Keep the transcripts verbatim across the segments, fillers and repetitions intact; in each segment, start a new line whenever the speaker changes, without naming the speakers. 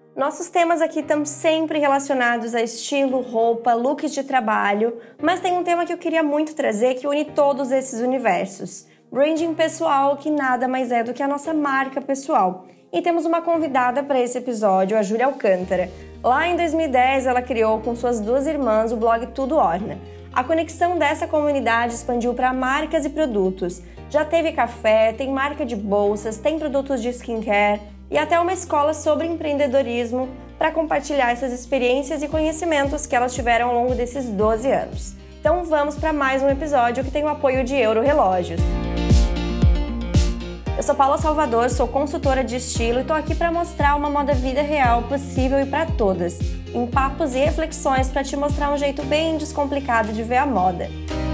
Nossos temas aqui estão sempre relacionados a estilo, roupa, looks de trabalho, mas tem um tema que eu queria muito trazer que une todos esses universos. Branding pessoal, que nada mais é do que a nossa marca pessoal. E temos uma convidada para esse episódio, a Júlia Alcântara. Lá em dois mil e dez, ela criou com suas duas irmãs o blog Tudo Orna. A conexão dessa comunidade expandiu para marcas e produtos. Já teve café, tem marca de bolsas, tem produtos de skincare e até uma escola sobre empreendedorismo para compartilhar essas experiências e conhecimentos que elas tiveram ao longo desses doze anos. Então vamos para mais um episódio que tem o apoio de Euro Relógios. Eu sou Paula Salvador, sou consultora de estilo e estou aqui para mostrar uma moda vida real possível e para todas, em papos e reflexões para te mostrar um jeito bem descomplicado de ver a moda.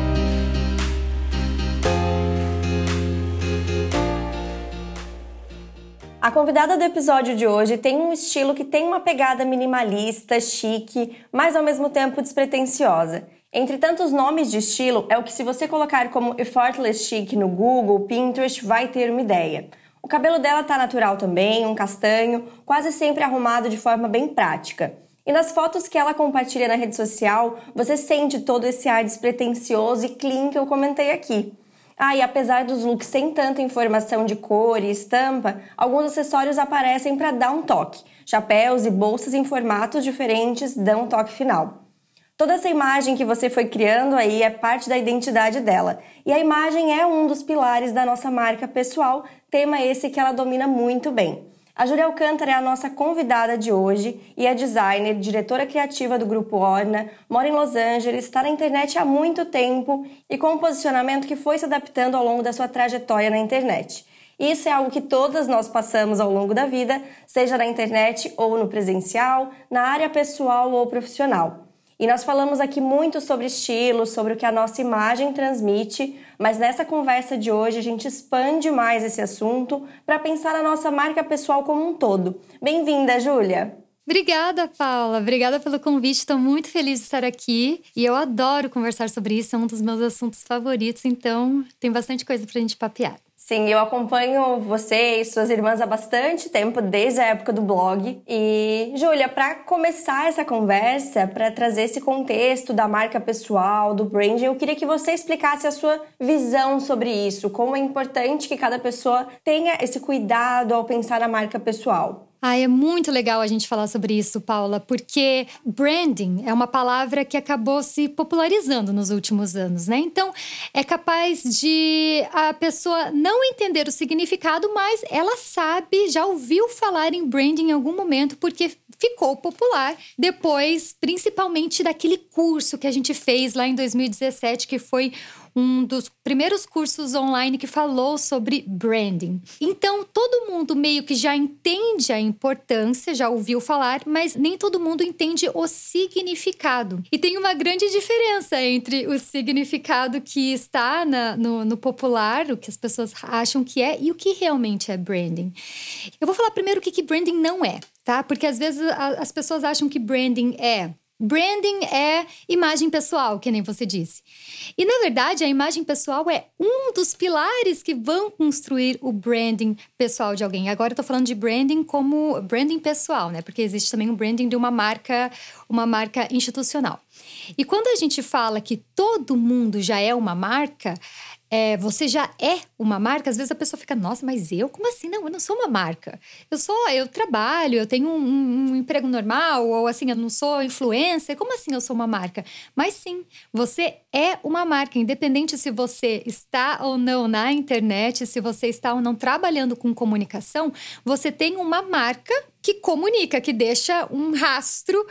A convidada do episódio de hoje tem um estilo que tem uma pegada minimalista, chique, mas ao mesmo tempo despretensiosa. Entre tantos nomes de estilo, é o que se você colocar como effortless chic no Google, Pinterest, vai ter uma ideia. O cabelo dela tá natural também, um castanho, quase sempre arrumado de forma bem prática. E nas fotos que ela compartilha na rede social, você sente todo esse ar despretensioso e clean que eu comentei aqui. Ah, e apesar dos looks sem tanta informação de cor e estampa, alguns acessórios aparecem para dar um toque. Chapéus e bolsas em formatos diferentes dão um toque final. Toda essa imagem que você foi criando aí é parte da identidade dela. E a imagem é um dos pilares da nossa marca pessoal, tema esse que ela domina muito bem. A Júlia Alcântara é a nossa convidada de hoje e é designer, diretora criativa do Grupo Orna, mora em Los Angeles, está na internet há muito tempo e com um posicionamento que foi se adaptando ao longo da sua trajetória na internet. Isso é algo que todas nós passamos ao longo da vida, seja na internet ou no presencial, na área pessoal ou profissional. E nós falamos aqui muito sobre estilo, sobre o que a nossa imagem transmite, mas nessa conversa de hoje a gente expande mais esse assunto para pensar na nossa marca pessoal como um todo. Bem-vinda, Júlia!
Obrigada, Paula. Obrigada pelo convite. Estou muito feliz de estar aqui e eu adoro conversar sobre isso. É um dos meus assuntos favoritos, então tem bastante coisa para a gente papear.
Sim, eu acompanho você e suas irmãs há bastante tempo, desde a época do blog. E, Júlia, para começar essa conversa, para trazer esse contexto da marca pessoal, do branding, eu queria que você explicasse a sua visão sobre isso, como é importante que cada pessoa tenha esse cuidado ao pensar na marca pessoal.
Ah, é muito legal a gente falar sobre isso, Paula, porque branding é uma palavra que acabou se popularizando nos últimos anos, né? Então, é capaz de a pessoa não entender o significado, mas ela sabe, já ouviu falar em branding em algum momento, porque ficou popular depois, principalmente daquele curso que a gente fez lá em dois mil e dezessete, que foi um dos primeiros cursos online que falou sobre branding. Então, todo mundo meio que já entende a importância, já ouviu falar, mas nem todo mundo entende o significado. E tem uma grande diferença entre o significado que está na, no, no popular, o que as pessoas acham que é, e o que realmente é branding. Eu vou falar primeiro o que, que branding não é, tá? Porque às vezes a, as pessoas acham que branding é... Branding é imagem pessoal, que nem você disse. E, na verdade, a imagem pessoal é um dos pilares que vão construir o branding pessoal de alguém. Agora eu tô falando de branding como branding pessoal, né? Porque existe também um branding de uma marca, uma marca institucional. E quando a gente fala que todo mundo já é uma marca... É, você já é uma marca, às vezes a pessoa fica, nossa, mas eu? Como assim? Não, eu não sou uma marca. Eu sou, eu trabalho, eu tenho um, um, um emprego normal, ou assim, eu não sou influencer. Como assim eu sou uma marca? Mas sim, você é uma marca, independente se você está ou não na internet, se você está ou não trabalhando com comunicação, você tem uma marca que comunica, que deixa um rastro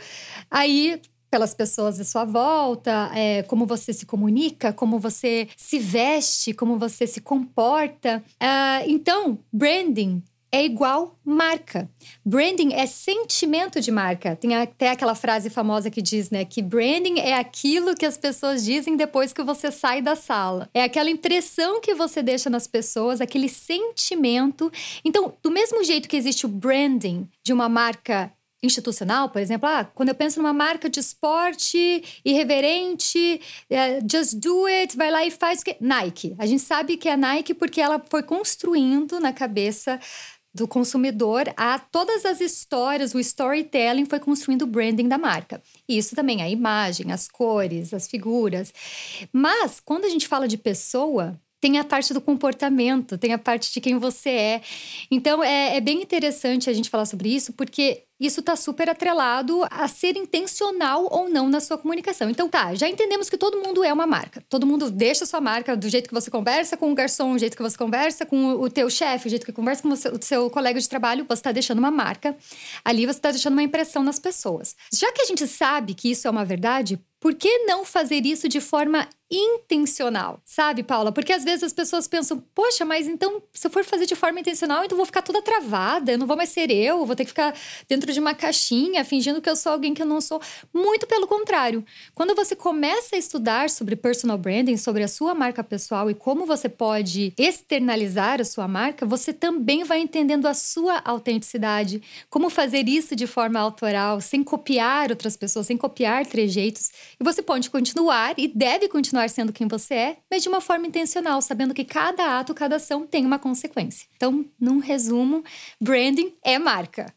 aí pelas pessoas à sua volta, é, como você se comunica, como você se veste, como você se comporta. Uh, então, branding é igual marca. Branding é sentimento de marca. Tem até aquela frase famosa que diz, né, que branding é aquilo que as pessoas dizem depois que você sai da sala. É aquela impressão que você deixa nas pessoas, aquele sentimento. Então, do mesmo jeito que existe o branding de uma marca institucional, por exemplo, ah, quando eu penso numa marca de esporte irreverente, uh, just do it, vai lá e faz... Nike. A gente sabe que é Nike porque ela foi construindo na cabeça do consumidor a todas as histórias, o storytelling foi construindo o branding da marca. E isso também, a imagem, as cores, as figuras. Mas, quando a gente fala de pessoa, tem a parte do comportamento, tem a parte de quem você é. Então, é, é bem interessante a gente falar sobre isso, porque isso está super atrelado a ser intencional ou não na sua comunicação. Então tá, já entendemos que todo mundo é uma marca. Todo mundo deixa a sua marca do jeito que você conversa com o garçom, do jeito que você conversa com o teu chefe, do jeito que conversa com o seu, o seu colega de trabalho. Você está deixando uma marca. Ali você está deixando uma impressão nas pessoas. Já que a gente sabe que isso é uma verdade, por que não fazer isso de forma intencional? Sabe, Paula? Porque às vezes as pessoas pensam, poxa, mas então se eu for fazer de forma intencional, então eu vou ficar toda travada, eu não vou mais ser eu, eu vou ter que ficar dentro de uma caixinha, fingindo que eu sou alguém que eu não sou. Muito pelo contrário. Quando você começa a estudar sobre personal branding, sobre a sua marca pessoal e como você pode externalizar a sua marca, você também vai entendendo a sua autenticidade, como fazer isso de forma autoral, sem copiar outras pessoas, sem copiar trejeitos. E você pode continuar e deve continuar sendo quem você é, mas de uma forma intencional, sabendo que cada ato, cada ação tem uma consequência. Então, num resumo, branding é marca.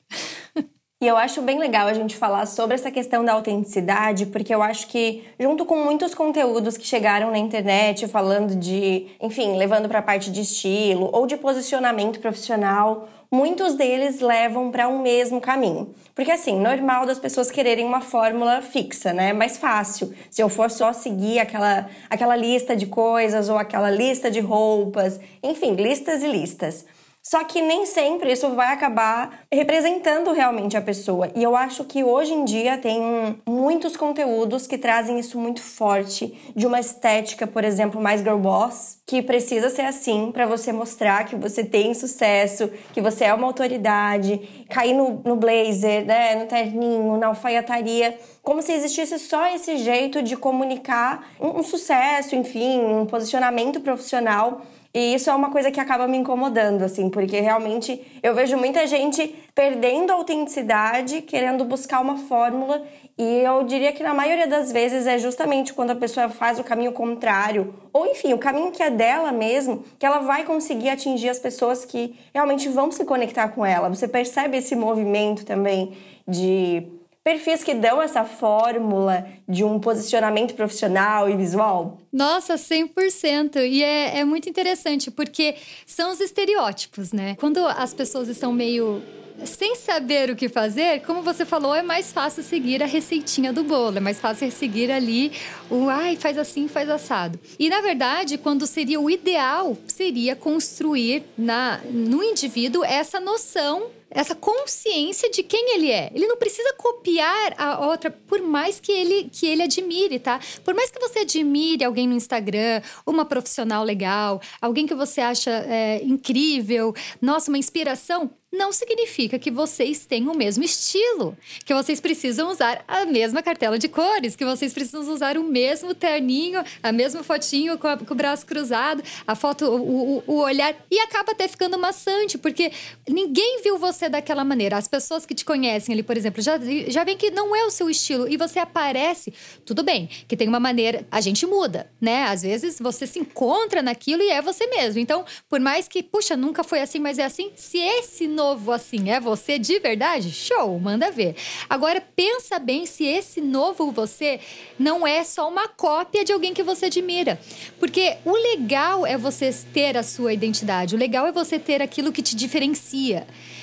E eu acho bem legal a gente falar sobre essa questão da autenticidade, porque eu acho que, junto com muitos conteúdos que chegaram na internet, falando de, enfim, levando para a parte de estilo ou de posicionamento profissional, muitos deles levam para um mesmo caminho. Porque, assim, normal das pessoas quererem uma fórmula fixa, né? Mais fácil. Se eu for só seguir aquela, aquela lista de coisas ou aquela lista de roupas, enfim, listas e listas. Só que nem sempre isso vai acabar representando realmente a pessoa. E eu acho que hoje em dia tem muitos conteúdos que trazem isso muito forte, de uma estética, por exemplo, mais girl boss, que precisa ser assim para você mostrar que você tem sucesso, que você é uma autoridade, cair no, no blazer, né, no terninho, na alfaiataria, como se existisse só esse jeito de comunicar um, um sucesso, enfim, um posicionamento profissional. E isso é uma coisa que acaba me incomodando, assim, porque realmente eu vejo muita gente perdendo a autenticidade, querendo buscar uma fórmula, e eu diria que na maioria das vezes é justamente quando a pessoa faz o caminho contrário, ou enfim, o caminho que é dela mesmo, que ela vai conseguir atingir as pessoas que realmente vão se conectar com ela. Você percebe esse movimento também de perfis que dão essa fórmula de um posicionamento profissional e visual?
Nossa, cem por cento. E é, é muito interessante, porque são os estereótipos, né? Quando as pessoas estão meio sem saber o que fazer, como você falou, é mais fácil seguir a receitinha do bolo. É mais fácil seguir ali o, ai, faz assim, faz assado. E, na verdade, quando seria o ideal, seria construir na, no indivíduo essa noção, essa consciência de quem ele é. Ele não precisa copiar a outra, por mais que ele, que ele admire, tá? Por mais que você admire alguém no Instagram, uma profissional legal, alguém que você acha é, incrível, nossa, uma inspiração, não significa que vocês tenham o mesmo estilo, que vocês precisam usar a mesma cartela de cores, que vocês precisam usar o mesmo terninho, a mesma fotinho com, a, com o braço cruzado, a foto, o, o, o olhar, e acaba até ficando maçante, porque ninguém viu você daquela maneira. As pessoas que te conhecem ali, por exemplo, já, já veem que não é o seu estilo e você aparece, tudo bem, que tem uma maneira, a gente muda, né? Às vezes você se encontra naquilo e é você mesmo. Então, por mais que, puxa, nunca foi assim, mas é assim, se esse novo assim é você de verdade, show, manda ver. Agora, pensa bem se esse novo você não é só uma cópia de alguém que você admira. Porque o legal é você ter a sua identidade, o legal é você ter aquilo que te diferencia.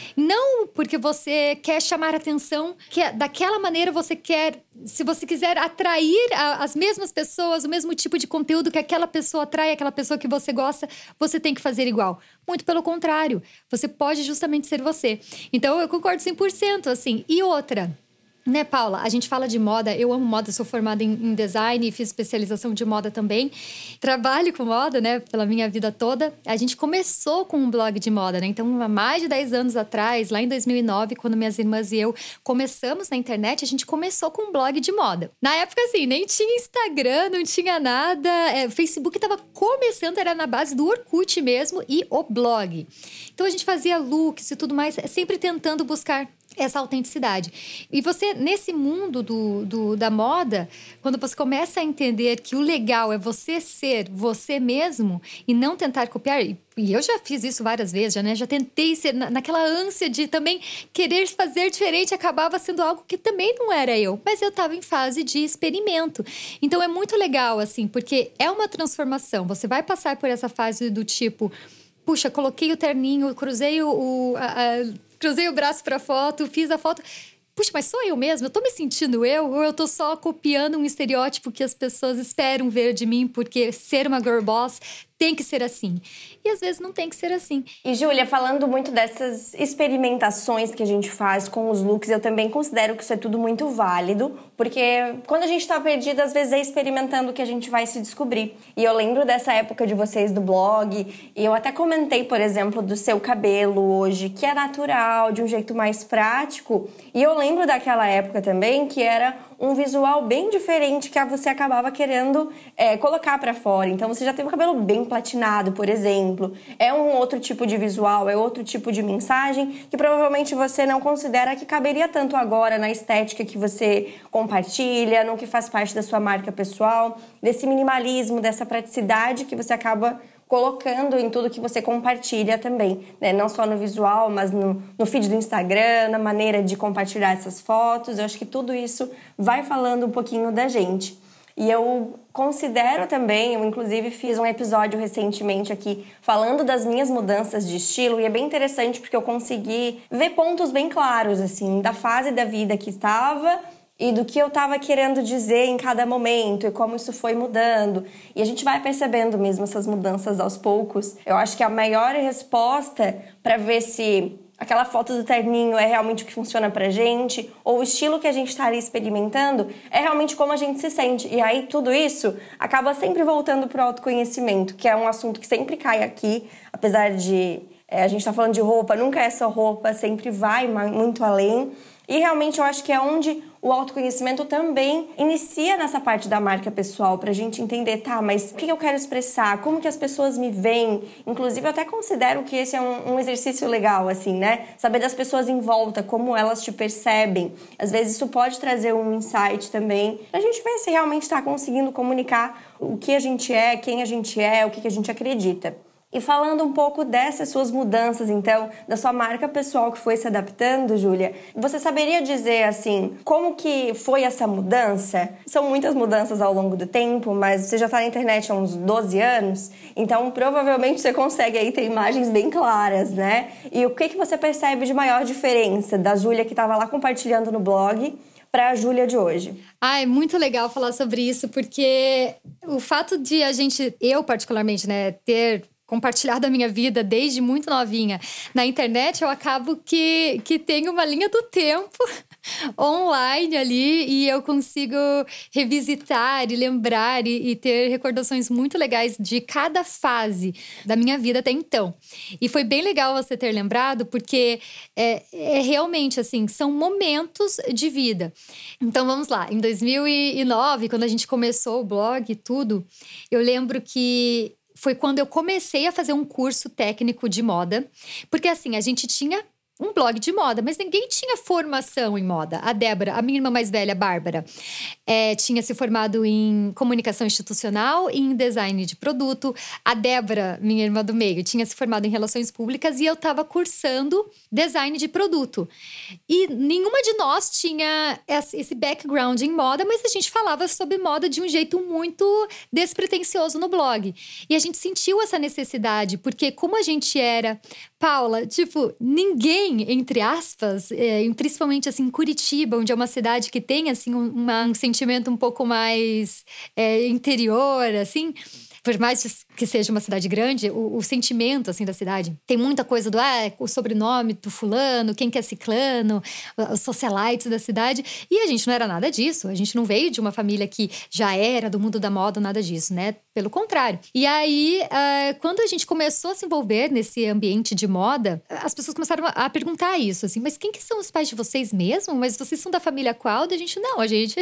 Não porque você quer chamar atenção, que daquela maneira você quer, se você quiser atrair a, as mesmas pessoas, o mesmo tipo de conteúdo que aquela pessoa atrai, aquela pessoa que você gosta, você tem que fazer igual. Muito pelo contrário, você pode justamente ser você. Então eu concordo cem por cento, assim. E outra, né, Paula? A gente fala de moda, eu amo moda, sou formada em, em design e fiz especialização de moda também. Trabalho com moda, né, pela minha vida toda. A gente começou com um blog de moda, né? Então, há mais de dez anos atrás, lá em dois mil e nove, quando minhas irmãs e eu começamos na internet, a gente começou com um blog de moda. Na época, assim, nem tinha Instagram, não tinha nada. É, o Facebook estava começando, era na base do Orkut mesmo e o blog. Então, a gente fazia looks e tudo mais, sempre tentando buscar essa autenticidade. E você, nesse mundo do, do, da moda, quando você começa a entender que o legal é você ser você mesmo e não tentar copiar, e, e eu já fiz isso várias vezes, já, né? Já tentei ser na, naquela ânsia de também querer fazer diferente, acabava sendo algo que também não era eu, mas eu estava em fase de experimento. Então é muito legal, assim, porque é uma transformação. Você vai passar por essa fase do tipo, puxa, coloquei o terninho, cruzei o... o a, a, cruzei o braço pra foto, fiz a foto. Puxa, mas sou eu mesma? Eu tô me sentindo eu? Ou eu tô só copiando um estereótipo que as pessoas esperam ver de mim? Porque ser uma girl boss tem que ser assim. E às vezes não tem que ser assim.
E, Júlia, falando muito dessas experimentações que a gente faz com os looks, eu também considero que isso é tudo muito válido, porque quando a gente tá perdida, às vezes é experimentando que a gente vai se descobrir. E eu lembro dessa época de vocês do blog, e eu até comentei, por exemplo, do seu cabelo hoje, que é natural, de um jeito mais prático. E eu lembro daquela época também que era um visual bem diferente que você acabava querendo é, colocar pra fora. Então você já teve o cabelo bem platinado, por exemplo. É um outro tipo de visual, é outro tipo de mensagem que provavelmente você não considera que caberia tanto agora na estética que você compartilha, no que faz parte da sua marca pessoal, desse minimalismo, dessa praticidade que você acaba colocando em tudo que você compartilha também, né? Não só no visual, mas no, no feed do Instagram, na maneira de compartilhar essas fotos. Eu acho que tudo isso vai falando um pouquinho da gente. E eu considero também, eu inclusive fiz um episódio recentemente aqui falando das minhas mudanças de estilo, e é bem interessante porque eu consegui ver pontos bem claros, assim, da fase da vida que estava e do que eu estava querendo dizer em cada momento e como isso foi mudando. E a gente vai percebendo mesmo essas mudanças aos poucos. Eu acho que a maior resposta para ver se aquela foto do terninho é realmente o que funciona pra gente, ou o estilo que a gente tá ali experimentando é realmente como a gente se sente. E aí tudo isso acaba sempre voltando pro autoconhecimento, que é um assunto que sempre cai aqui, apesar de é, a gente tá falando de roupa, nunca é só roupa, sempre vai muito além. E realmente eu acho que é onde o autoconhecimento também inicia nessa parte da marca pessoal, pra gente entender, tá, mas o que eu quero expressar, como que as pessoas me veem. Inclusive, eu até considero que esse é um, um exercício legal, assim, né? Saber das pessoas em volta, como elas te percebem. Às vezes isso pode trazer um insight também, pra gente ver se realmente está conseguindo comunicar o que a gente é, quem a gente é, o que a gente acredita. E falando um pouco dessas suas mudanças, então, da sua marca pessoal que foi se adaptando, Júlia, você saberia dizer, assim, como que foi essa mudança? São muitas mudanças ao longo do tempo, mas você já está na internet há uns doze anos, então provavelmente você consegue aí ter imagens bem claras, né? E o que, que você percebe de maior diferença da Júlia que estava lá compartilhando no blog para a Júlia de hoje?
Ah, é muito legal falar sobre isso, porque o fato de a gente, eu particularmente, né, ter compartilhar da minha vida desde muito novinha na internet, eu acabo que, que tenho uma linha do tempo online ali e eu consigo revisitar e lembrar e, e ter recordações muito legais de cada fase da minha vida até então. E foi bem legal você ter lembrado, porque é, é realmente assim, são momentos de vida. Então vamos lá, em dois mil e nove, quando a gente começou o blog e tudo, eu lembro que foi quando eu comecei a fazer um curso técnico de moda. Porque assim, a gente tinha um blog de moda, mas ninguém tinha formação em moda. A Débora, a minha irmã mais velha, a Bárbara, é, tinha se formado em comunicação institucional e em design de produto. A Débora, minha irmã do meio, tinha se formado em relações públicas e eu estava cursando design de produto. E nenhuma de nós tinha esse background em moda, mas a gente falava sobre moda de um jeito muito despretensioso no blog. E a gente sentiu essa necessidade, porque como a gente era... Paula, tipo, ninguém, entre aspas, é, principalmente assim, em Curitiba, onde é uma cidade que tem assim, um, uma, um sentimento um pouco mais é, interior, assim... Por mais que seja uma cidade grande, o, o sentimento, assim, da cidade. Tem muita coisa do, ah, o sobrenome do fulano, quem que é ciclano, os socialites da cidade. E a gente não era nada disso. A gente não veio de uma família que já era do mundo da moda, nada disso, né? Pelo contrário. E aí, uh, quando a gente começou a se envolver nesse ambiente de moda, as pessoas começaram a perguntar isso, assim, mas quem que são os pais de vocês mesmo? Mas vocês são da família qual? A gente, não, a gente...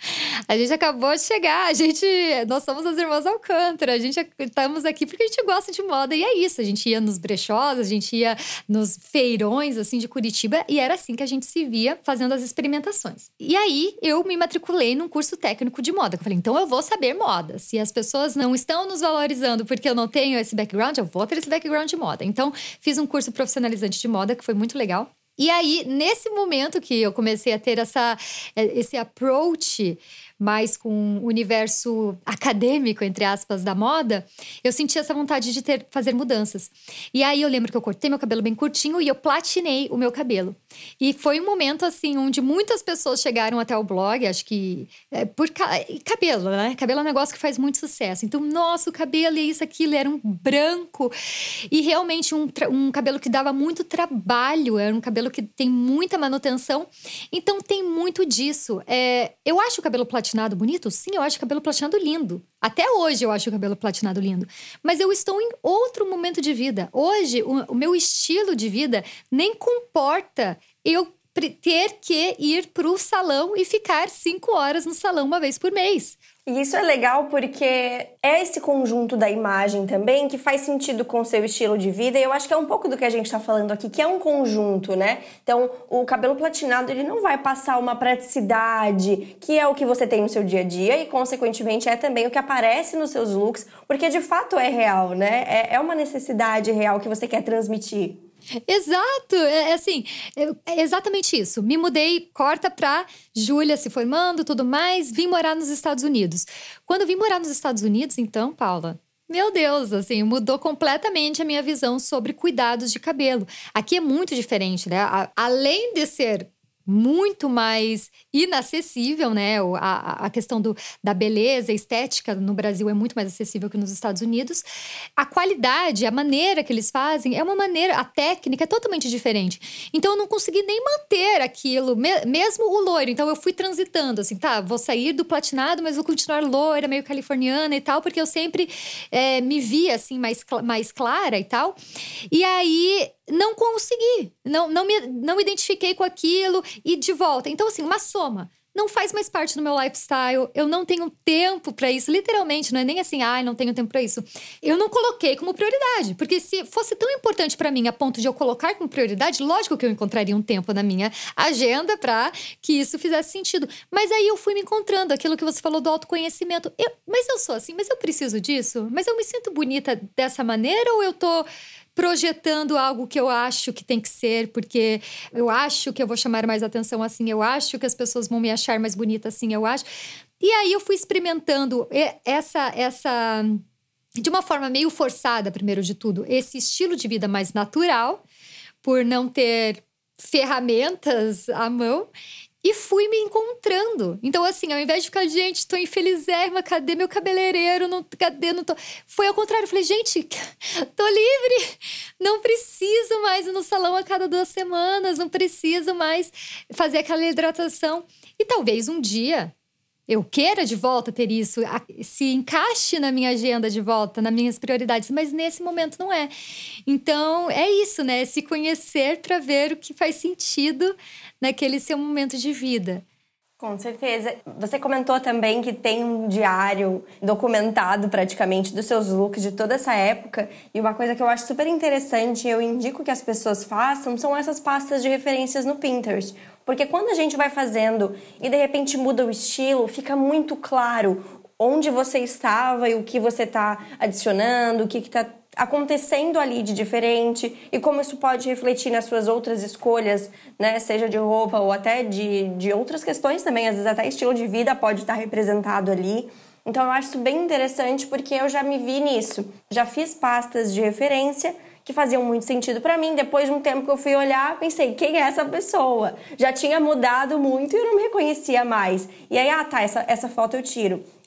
a gente acabou de chegar, a gente... Nós somos as irmãs Alcântara, a gente estamos aqui porque a gente gosta de moda. E é isso, a gente ia nos brechós, a gente ia nos feirões, assim, de Curitiba. E era assim que a gente se via fazendo as experimentações. E aí, eu me matriculei num curso técnico de moda. Eu falei, então eu vou saber moda. Se as pessoas não estão nos valorizando porque eu não tenho esse background, eu vou ter esse background de moda. Então, fiz um curso profissionalizante de moda, que foi muito legal. E aí, nesse momento que eu comecei a ter essa, esse approach mais com o universo acadêmico, entre aspas, da moda, eu senti essa vontade de ter, fazer mudanças. E aí eu lembro que eu cortei meu cabelo bem curtinho e eu platinei o meu cabelo. E foi um momento, assim, onde muitas pessoas chegaram até o blog, acho que é, por ca... cabelo, né? Cabelo é um negócio que faz muito sucesso. Então, nossa, o cabelo e isso, aquilo, era um branco. E realmente um, um cabelo que dava muito trabalho, era um cabelo que tem muita manutenção. Então, tem muito disso. É, eu acho o cabelo platinado bonito? Sim, eu acho o cabelo platinado lindo. Até hoje eu acho o cabelo platinado lindo. Mas eu estou em outro momento de vida. Hoje, o, o meu estilo de vida nem comporta eu ter que ir para o salão e ficar cinco horas no salão uma vez por mês.
E isso é legal porque é esse conjunto da imagem também que faz sentido com o seu estilo de vida. E eu acho que é um pouco do que a gente está falando aqui, que é um conjunto, né? Então, o cabelo platinado, ele não vai passar uma praticidade, que é o que você tem no seu dia a dia e, consequentemente, é também o que aparece nos seus looks, porque, de fato, é real, né? É, é uma necessidade real que você quer transmitir.
Exato, é assim, é exatamente isso. Me mudei, corta pra Júlia se formando, tudo mais, vim morar nos Estados Unidos. Quando eu vim morar nos Estados Unidos, então, Paula, meu Deus, assim, mudou completamente a minha visão sobre cuidados de cabelo. Aqui é muito diferente, né? Além de ser muito mais inacessível, né? A, a questão do, da beleza, estética no Brasil é muito mais acessível que nos Estados Unidos. A qualidade, a maneira que eles fazem é uma maneira, a técnica é totalmente diferente. Então eu não consegui nem manter aquilo, me, mesmo o loiro. Então eu fui transitando, assim, tá, vou sair do platinado, mas vou continuar loira, meio californiana e tal, porque eu sempre é, me via, assim, mais, mais clara e tal. E aí não consegui, não, não, me, não me identifiquei com aquilo e de volta. Então, assim, uma soma. Não faz mais parte do meu lifestyle, eu não tenho tempo pra isso, literalmente, não é nem assim, ai, ah, não tenho tempo pra isso. Eu não coloquei como prioridade, porque se fosse tão importante pra mim a ponto de eu colocar como prioridade, lógico que eu encontraria um tempo na minha agenda pra que isso fizesse sentido. Mas aí eu fui me encontrando, aquilo que você falou do autoconhecimento. Eu, mas eu sou assim, mas eu preciso disso? Mas eu me sinto bonita dessa maneira ou eu tô projetando algo que eu acho que tem que ser, porque eu acho que eu vou chamar mais atenção assim, eu acho que as pessoas vão me achar mais bonita assim, eu acho. E aí eu fui experimentando essa, essa de uma forma meio forçada, primeiro de tudo, esse estilo de vida mais natural, por não ter ferramentas à mão. E fui me encontrando. Então, assim, ao invés de ficar, gente, tô infelizérrima, cadê meu cabeleireiro? Não, cadê? Não tô... Foi ao contrário, eu falei, gente, tô livre. Não preciso mais ir no salão a cada duas semanas, não preciso mais fazer aquela hidratação. E talvez um dia eu queira de volta ter isso, se encaixe na minha agenda de volta, nas minhas prioridades, mas nesse momento não é. Então, é isso, né? Se conhecer para ver o que faz sentido naquele seu momento de vida.
Com certeza. Você comentou também que tem um diário documentado praticamente dos seus looks de toda essa época. E uma coisa que eu acho super interessante, eu indico que as pessoas façam, são essas pastas de referências no Pinterest. Porque quando a gente vai fazendo e de repente muda o estilo, fica muito claro onde você estava e o que você está adicionando, o que está acontecendo ali de diferente e como isso pode refletir nas suas outras escolhas, né? Seja de roupa ou até de, de outras questões também, às vezes até estilo de vida pode estar representado ali. Então eu acho isso bem interessante porque eu já me vi nisso. Já fiz pastas de referência que faziam muito sentido pra mim. Depois de um tempo que eu fui olhar, pensei, quem é essa pessoa? Já tinha mudado muito e eu não me reconhecia mais. E aí, ah tá, essa, essa foto eu tiro.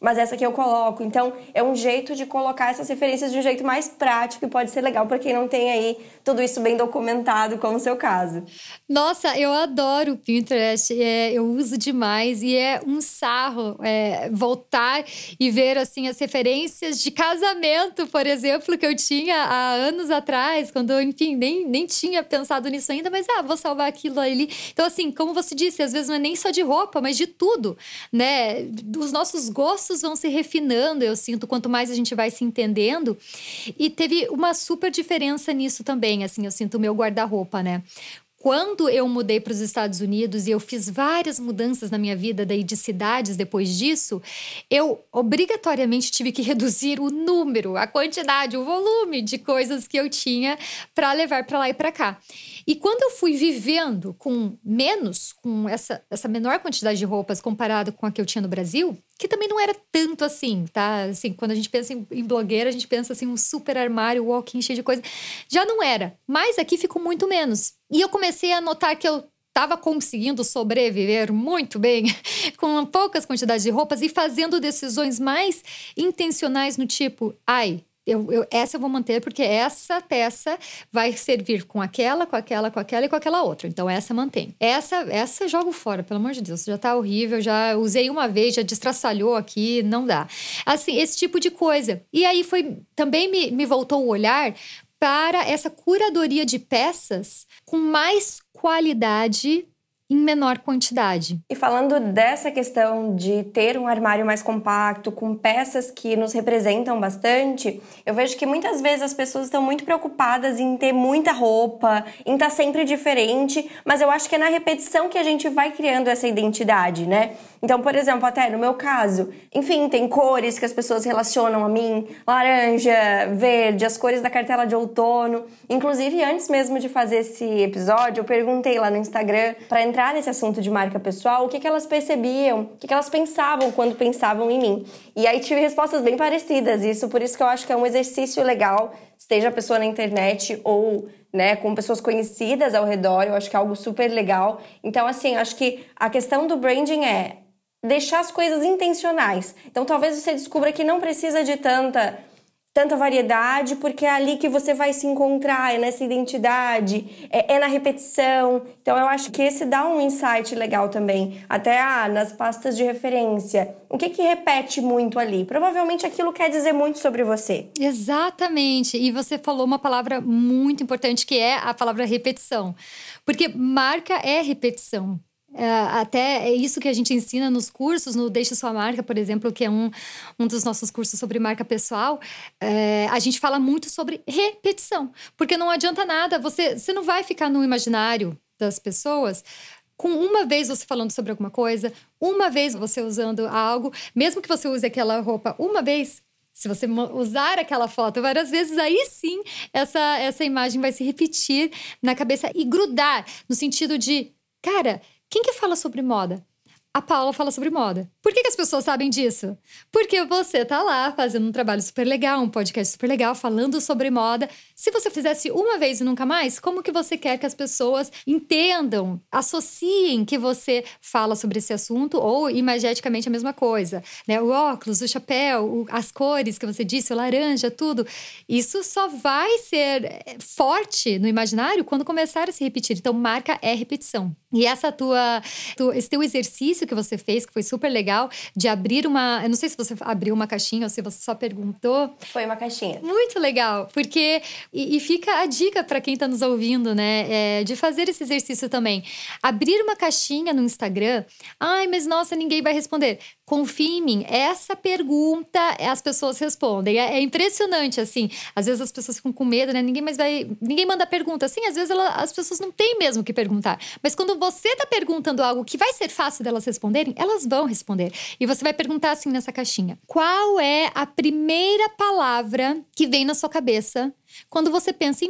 mas essa aqui eu coloco. Então, é um jeito de colocar essas referências de um jeito mais prático e pode ser legal para quem não tem aí tudo isso bem documentado, como o seu caso.
Nossa, eu adoro o Pinterest, é, eu uso demais e é um sarro é, voltar e ver assim as referências de casamento, por exemplo, que eu tinha há anos atrás, quando eu, enfim, nem, nem tinha pensado nisso ainda, mas ah, vou salvar aquilo ali. Então, assim, como você disse, às vezes não é nem só de roupa, mas de tudo, né? Os nossos gostos vão se refinando, eu sinto, quanto mais a gente vai se entendendo. E teve uma super diferença nisso também, assim, eu sinto o meu guarda-roupa, né? Quando eu mudei para os Estados Unidos e eu fiz várias mudanças na minha vida daí de cidades depois disso, eu obrigatoriamente tive que reduzir o número, a quantidade, o volume de coisas que eu tinha para levar para lá e para cá. E quando eu fui vivendo com menos, com essa, essa menor quantidade de roupas comparado com a que eu tinha no Brasil, que também não era tanto assim, tá? Assim, quando a gente pensa em, em blogueira, a gente pensa assim, um super armário, walk-in cheio de coisa. Já não era, mas aqui ficou muito menos. E eu comecei a notar que eu estava conseguindo sobreviver muito bem com poucas quantidades de roupas e fazendo decisões mais intencionais no tipo, ai, Eu, eu, essa eu vou manter porque essa peça vai servir com aquela, com aquela, com aquela e com aquela outra. Então, essa mantém. Essa, essa eu jogo fora, pelo amor de Deus. Já tá horrível, já usei uma vez, já destraçalhou aqui, não dá. Assim, esse tipo de coisa. E aí, foi também me, me voltou o olhar para essa curadoria de peças com mais qualidade em menor quantidade.
E falando dessa questão de ter um armário mais compacto, com peças que nos representam bastante, eu vejo que muitas vezes as pessoas estão muito preocupadas em ter muita roupa, em estar sempre diferente, mas eu acho que é na repetição que a gente vai criando essa identidade, né? Então, por exemplo, até no meu caso, enfim, tem cores que as pessoas relacionam a mim, laranja, verde, as cores da cartela de outono. Inclusive, antes mesmo de fazer esse episódio, eu perguntei lá no Instagram, para entrar nesse assunto de marca pessoal, o que, que elas percebiam, o que, que elas pensavam quando pensavam em mim. E aí tive respostas bem parecidas, isso por isso que eu acho que é um exercício legal, esteja a pessoa na internet ou, né, com pessoas conhecidas ao redor, eu acho que é algo super legal. Então, assim, acho que a questão do branding é deixar as coisas intencionais. Então, talvez você descubra que não precisa de tanta, tanta variedade, porque é ali que você vai se encontrar, é nessa identidade, é, é na repetição. Então, eu acho que esse dá um insight legal também. Até ah, nas pastas de referência. O que que repete muito ali? Provavelmente aquilo quer dizer muito sobre você.
Exatamente. E você falou uma palavra muito importante, que é a palavra repetição. Porque marca é repetição. É, até é isso que a gente ensina nos cursos, no Deixe Sua Marca, por exemplo, que é um, um dos nossos cursos sobre marca pessoal. É, a gente fala muito sobre repetição, porque não adianta nada, você, você não vai ficar no imaginário das pessoas com uma vez você falando sobre alguma coisa, uma vez você usando algo, mesmo que você use aquela roupa uma vez. Se você usar aquela foto várias vezes, aí sim essa, essa imagem vai se repetir na cabeça e grudar, no sentido de, cara, quem que fala sobre moda? A Paula fala sobre moda. Por que que as pessoas sabem disso? Porque você tá lá fazendo um trabalho super legal, um podcast super legal, falando sobre moda. Se você fizesse uma vez e nunca mais, como que você quer que as pessoas entendam, associem que você fala sobre esse assunto ou imageticamente a mesma coisa, né? O óculos, o chapéu, o, as cores que você disse, o laranja, tudo. Isso só vai ser forte no imaginário quando começar a se repetir. Então, marca é repetição. E essa tua, tua, esse teu exercício que você fez, que foi super legal, de abrir uma... Eu não sei se você abriu uma caixinha ou se você só perguntou.
Foi uma caixinha.
Muito legal, porque... E, e fica a dica para quem tá nos ouvindo, né? É, de fazer esse exercício também. Abrir uma caixinha no Instagram. Ai, mas nossa, ninguém vai responder. Confie em mim, essa pergunta as pessoas respondem. É, é impressionante, assim. Às vezes as pessoas ficam com medo, né? Ninguém mais vai... Ninguém manda pergunta. Assim, às vezes ela, as pessoas não têm mesmo o que perguntar. Mas quando você tá perguntando algo que vai ser fácil delas responderem, elas vão responder. E você vai perguntar assim nessa caixinha. Qual é a primeira palavra que vem na sua cabeça quando você pensa em mim?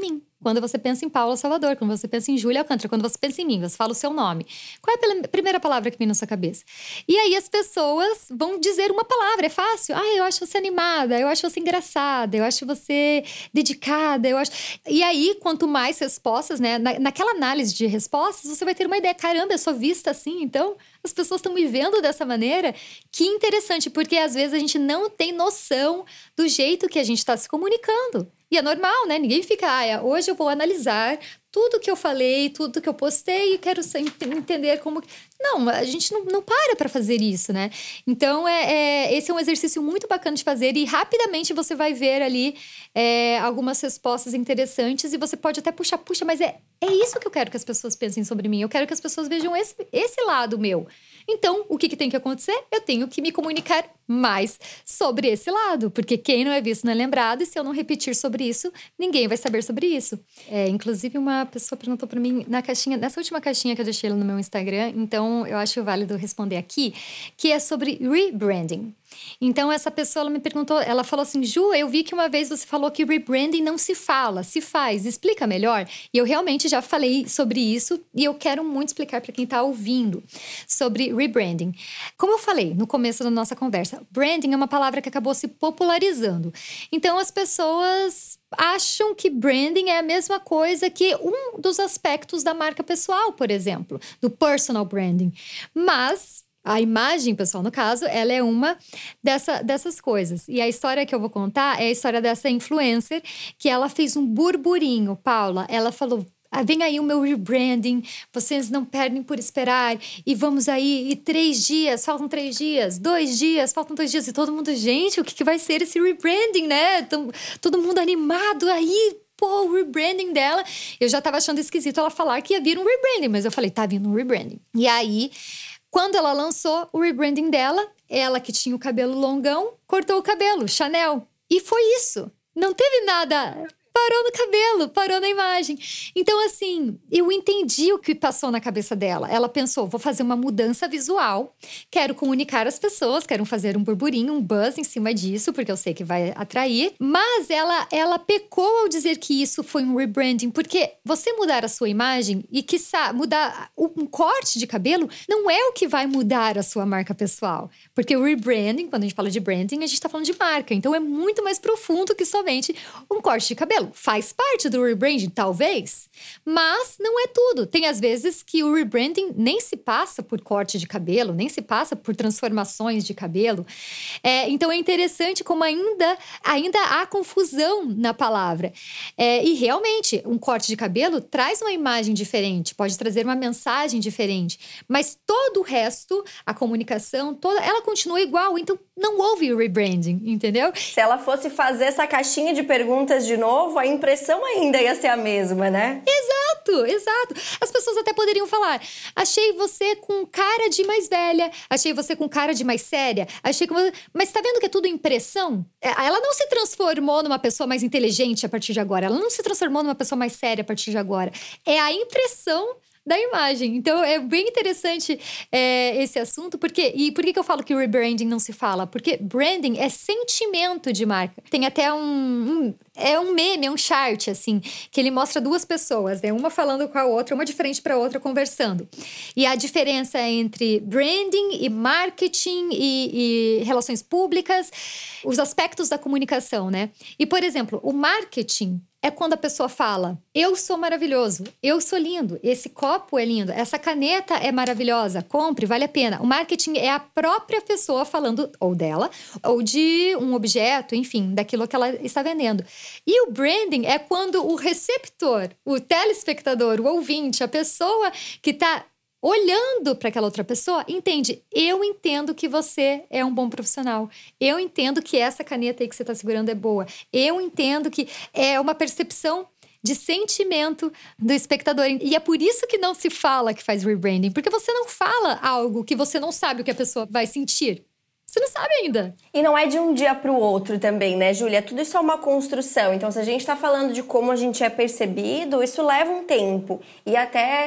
Quando você pensa em Paula Salvador, quando você pensa em Júlia Alcântara, quando você pensa em mim, você fala o seu nome. Qual é a primeira palavra que vem na sua cabeça? E aí as pessoas vão dizer uma palavra, é fácil. Ah, eu acho você animada, eu acho você engraçada, eu acho você dedicada, eu acho... E aí, quanto mais respostas, né? Na, naquela análise de respostas, você vai ter uma ideia. Caramba, eu sou vista assim, então as pessoas estão me vendo dessa maneira. Que interessante, porque às vezes a gente não tem noção do jeito que a gente está se comunicando. E é normal, né? Ninguém fica, ah, hoje eu vou analisar tudo que eu falei, tudo que eu postei e quero entender como... Não, a gente não, não para para fazer isso, né? Então, é, é, esse é um exercício muito bacana de fazer e rapidamente você vai ver ali é, algumas respostas interessantes e você pode até puxar, puxa, mas é, é isso que eu quero que as pessoas pensem sobre mim. Eu quero que as pessoas vejam esse, esse lado meu. Então, o que, que tem que acontecer? Eu tenho que me comunicar mais sobre esse lado. Porque quem não é visto não é lembrado. E se eu não repetir sobre isso, ninguém vai saber sobre isso. É, inclusive, uma pessoa perguntou para mim na caixinha, nessa última caixinha que eu deixei no meu Instagram. Então, eu acho válido responder aqui. Que é sobre rebranding. Então, essa pessoa ela me perguntou, ela falou assim, Ju, eu vi que uma vez você falou que rebranding não se fala, se faz, explica melhor. E eu realmente já falei sobre isso e eu quero muito explicar para quem está ouvindo sobre rebranding. Como eu falei no começo da nossa conversa, branding é uma palavra que acabou se popularizando. Então, as pessoas acham que branding é a mesma coisa que um dos aspectos da marca pessoal, por exemplo, do personal branding. Mas a imagem, pessoal, no caso, ela é uma dessa, dessas coisas. E a história que eu vou contar é a história dessa influencer que ela fez um burburinho, Paula. Ela falou, ah, vem aí o meu rebranding, vocês não perdem por esperar. E vamos aí, e três dias, faltam três dias, dois dias, faltam dois dias. E todo mundo, gente, o que, que vai ser esse rebranding, né? Todo, todo mundo animado aí. Pô, o rebranding dela. Eu já tava achando esquisito ela falar que ia vir um rebranding, mas eu falei, tá vindo um rebranding. E aí... Quando ela lançou o rebranding dela, ela que tinha o cabelo longão, cortou o cabelo, Chanel. E foi isso. Não teve nada... Parou no cabelo, parou na imagem. Então, assim, eu entendi o que passou na cabeça dela. Ela pensou, vou fazer uma mudança visual, quero comunicar às pessoas, quero fazer um burburinho, um buzz em cima disso, porque eu sei que vai atrair. Mas ela, ela pecou ao dizer que isso foi um rebranding, porque você mudar a sua imagem e, quiçá, mudar um corte de cabelo, não é o que vai mudar a sua marca pessoal. Porque o rebranding, quando a gente fala de branding, a gente tá falando de marca. Então, é muito mais profundo que somente um corte de cabelo. Faz parte do rebranding, talvez, mas não é tudo. Tem às vezes que o rebranding nem se passa por corte de cabelo, nem se passa por transformações de cabelo. É, então é interessante como ainda, ainda há confusão na palavra. É, e realmente, um corte de cabelo traz uma imagem diferente, pode trazer uma mensagem diferente, mas todo o resto, a comunicação, toda, ela continua igual. Então não houve o rebranding, entendeu?
Se ela fosse fazer essa caixinha de perguntas de novo, a impressão ainda ia ser a mesma, né?
Exato, exato. As pessoas até poderiam falar, achei você com cara de mais velha, achei você com cara de mais séria, achei que você... Mas tá vendo que é tudo impressão? Ela não se transformou numa pessoa mais inteligente a partir de agora, ela não se transformou numa pessoa mais séria a partir de agora. É a impressão da imagem. Então, é bem interessante é, esse assunto. Porque, e por que, que eu falo que o rebranding não se fala? Porque branding é sentimento de marca. Tem até um... um é um meme, é um chart, assim, que ele mostra duas pessoas, né? Uma falando com a outra, uma de frente para a outra, conversando. E a diferença entre branding e marketing e, e relações públicas, os aspectos da comunicação, né? E, por exemplo, o marketing é quando a pessoa fala, eu sou maravilhoso, eu sou lindo, esse copo é lindo, essa caneta é maravilhosa, compre, vale a pena. O marketing é a própria pessoa falando ou dela, ou de um objeto, enfim, daquilo que ela está vendendo. E o branding é quando o receptor, o telespectador, o ouvinte, a pessoa que está olhando para aquela outra pessoa, entende, eu entendo que você é um bom profissional. Eu entendo que essa caneta aí que você está segurando é boa. Eu entendo que é uma percepção de sentimento do espectador. E é por isso que não se fala que faz rebranding. Porque você não fala algo que você não sabe o que a pessoa vai sentir. Você não sabe ainda.
E não é de um dia para o outro também, né, Júlia? Tudo isso é uma construção. Então, se a gente está falando de como a gente é percebido, isso leva um tempo. E até...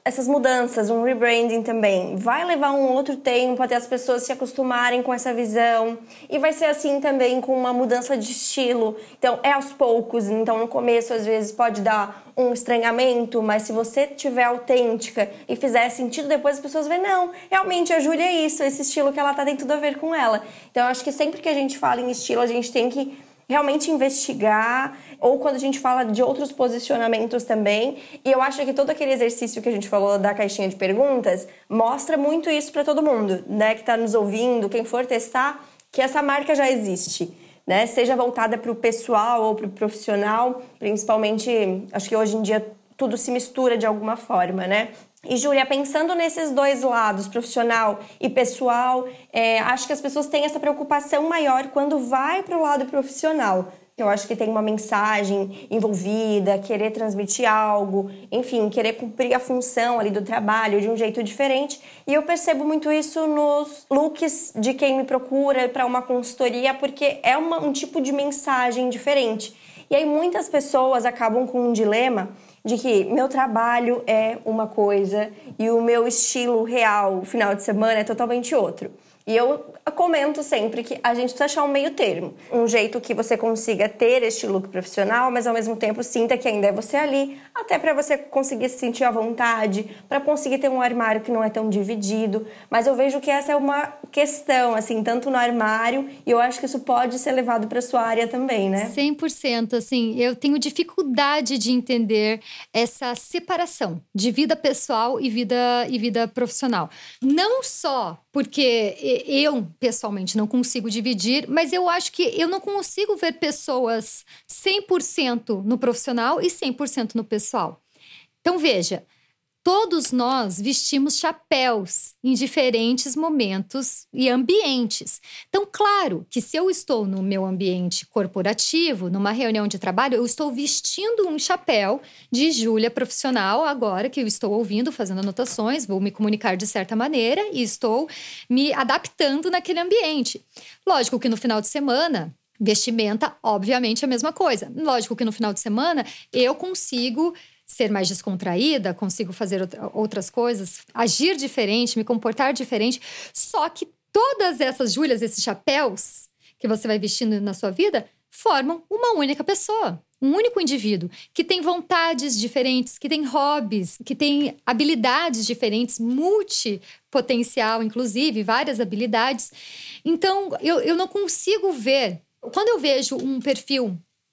essas mudanças, um rebranding também, vai levar um outro tempo até as pessoas se acostumarem com essa visão. E vai ser assim também com uma mudança de estilo. Então, é aos poucos. Então, no começo, às vezes, pode dar um estranhamento, mas se você tiver autêntica e fizer sentido, depois as pessoas veem, não, realmente a Júlia é isso, esse estilo que ela tá tem tudo a ver com ela. Então, eu acho que sempre que a gente fala em estilo, a gente tem que realmente investigar, ou quando a gente fala de outros posicionamentos também. E eu acho que todo aquele exercício que a gente falou da caixinha de perguntas mostra muito isso para todo mundo, né, que tá nos ouvindo, quem for testar, que essa marca já existe, né, seja voltada para o pessoal ou para o profissional, principalmente, acho que hoje em dia tudo se mistura de alguma forma, né? E, Júlia, pensando nesses dois lados, profissional e pessoal, é, acho que as pessoas têm essa preocupação maior quando vai para o lado profissional. Eu acho que tem uma mensagem envolvida, querer transmitir algo, enfim, querer cumprir a função ali do trabalho de um jeito diferente. E eu percebo muito isso nos looks de quem me procura para uma consultoria, porque é uma, um tipo de mensagem diferente. E aí muitas pessoas acabam com um dilema de que meu trabalho é uma coisa e o meu estilo real, final de semana, é totalmente outro. E eu comento sempre que a gente precisa achar um meio termo. Um jeito que você consiga ter este look profissional, mas ao mesmo tempo sinta que ainda é você ali, até para você conseguir se sentir à vontade, para conseguir ter um armário que não é tão dividido. Mas eu vejo que essa é uma questão, assim, tanto no armário, e eu acho que isso pode ser levado para sua área também, né?
cem por cento, assim, eu tenho dificuldade de entender essa separação de vida pessoal e vida, e vida profissional. Não só porque eu, pessoalmente, não consigo dividir, mas eu acho que eu não consigo ver pessoas cem por cento no profissional e cem por cento no pessoal. Então, veja, todos nós vestimos chapéus em diferentes momentos e ambientes. Então, claro que se eu estou no meu ambiente corporativo, numa reunião de trabalho, eu estou vestindo um chapéu de Júlia profissional agora que eu estou ouvindo, fazendo anotações, vou me comunicar de certa maneira e estou me adaptando naquele ambiente. Lógico que no final de semana, vestimenta, obviamente, é a mesma coisa. Lógico que no final de semana eu consigo ser mais descontraída, consigo fazer outras coisas, agir diferente, me comportar diferente. Só que todas essas Júlias, esses chapéus que você vai vestindo na sua vida, formam uma única pessoa. Um único indivíduo que tem vontades diferentes, que tem hobbies, que tem habilidades diferentes, multipotencial, inclusive, várias habilidades. Então, eu, eu não consigo ver. Quando eu vejo um perfil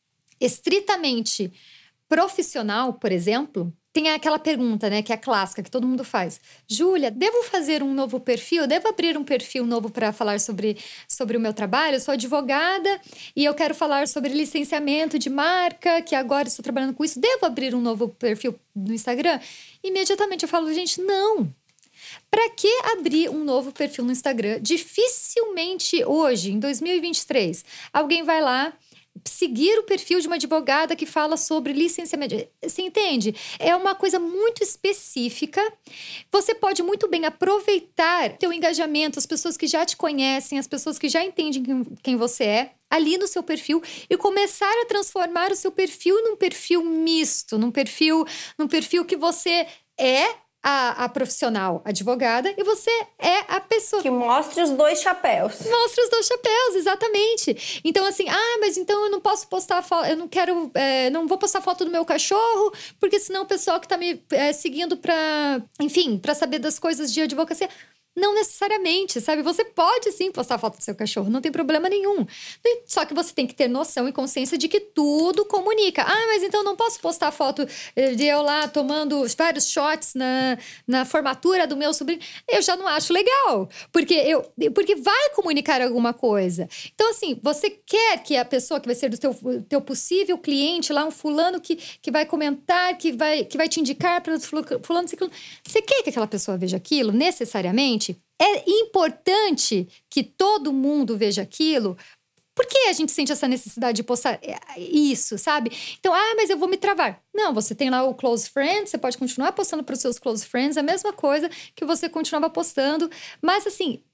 estritamente profissional, por exemplo, tem aquela pergunta, né, que é a clássica, que todo mundo faz. Júlia, devo fazer um novo perfil? Devo abrir um perfil novo para falar sobre, sobre o meu trabalho? Eu sou advogada e eu quero falar sobre licenciamento de marca, que agora estou trabalhando com isso. Devo abrir um novo perfil no Instagram? Imediatamente eu falo, gente, não. Para que abrir um novo perfil no Instagram? Dificilmente hoje, em dois mil e vinte e três, alguém vai lá seguir o perfil de uma advogada que fala sobre licenciamento. Você entende? É uma coisa muito específica. Você pode muito bem aproveitar teu engajamento, as pessoas que já te conhecem, as pessoas que já entendem quem você é, ali no seu perfil e começar a transformar o seu perfil num perfil misto, num perfil, num perfil que você é A, a profissional advogada e você é a pessoa
que mostre os dois chapéus.
Mostra os dois chapéus, exatamente. Então, assim, ah, mas então eu não posso postar foto, eu não quero, é, não vou postar foto do meu cachorro, porque senão o pessoal que tá me é, seguindo pra, enfim, pra saber das coisas de advocacia. Não necessariamente, sabe? Você pode sim postar foto do seu cachorro, não tem problema nenhum. Só que você tem que ter noção e consciência de que tudo comunica. Ah, mas então não posso postar foto de eu lá tomando vários shots na, na formatura do meu sobrinho. Eu já não acho legal, porque, eu, porque vai comunicar alguma coisa. Então, assim, você quer que a pessoa que vai ser do teu, teu possível cliente lá, um fulano que, que vai comentar, que vai, que vai te indicar para fulano, ciclano. Você quer que aquela pessoa veja aquilo necessariamente? É importante que todo mundo veja aquilo. Por que a gente sente essa necessidade de postar isso, sabe? Então, ah, mas eu vou me travar. Não, você tem lá o close friends, você pode continuar postando para os seus close friends, a mesma coisa que você continuava postando. Mas, assim,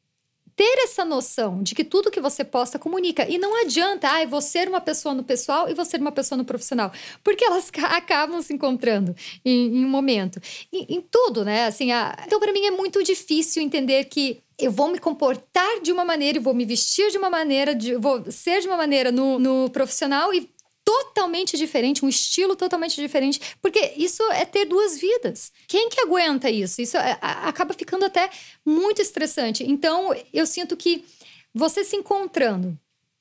ter essa noção de que tudo que você posta comunica. E não adianta, ah, eu vou ser uma pessoa no pessoal e vou ser uma pessoa no profissional. Porque elas acabam se encontrando em, em um momento. Em, em tudo, né? Assim, a... Então, para mim, é muito difícil entender que eu vou me comportar de uma maneira e vou me vestir de uma maneira, de... vou ser de uma maneira no, no profissional e totalmente diferente, um estilo totalmente diferente, porque isso é ter duas vidas. Quem que aguenta isso? Isso é, a, acaba ficando até muito estressante. Então, eu sinto que você se encontrando,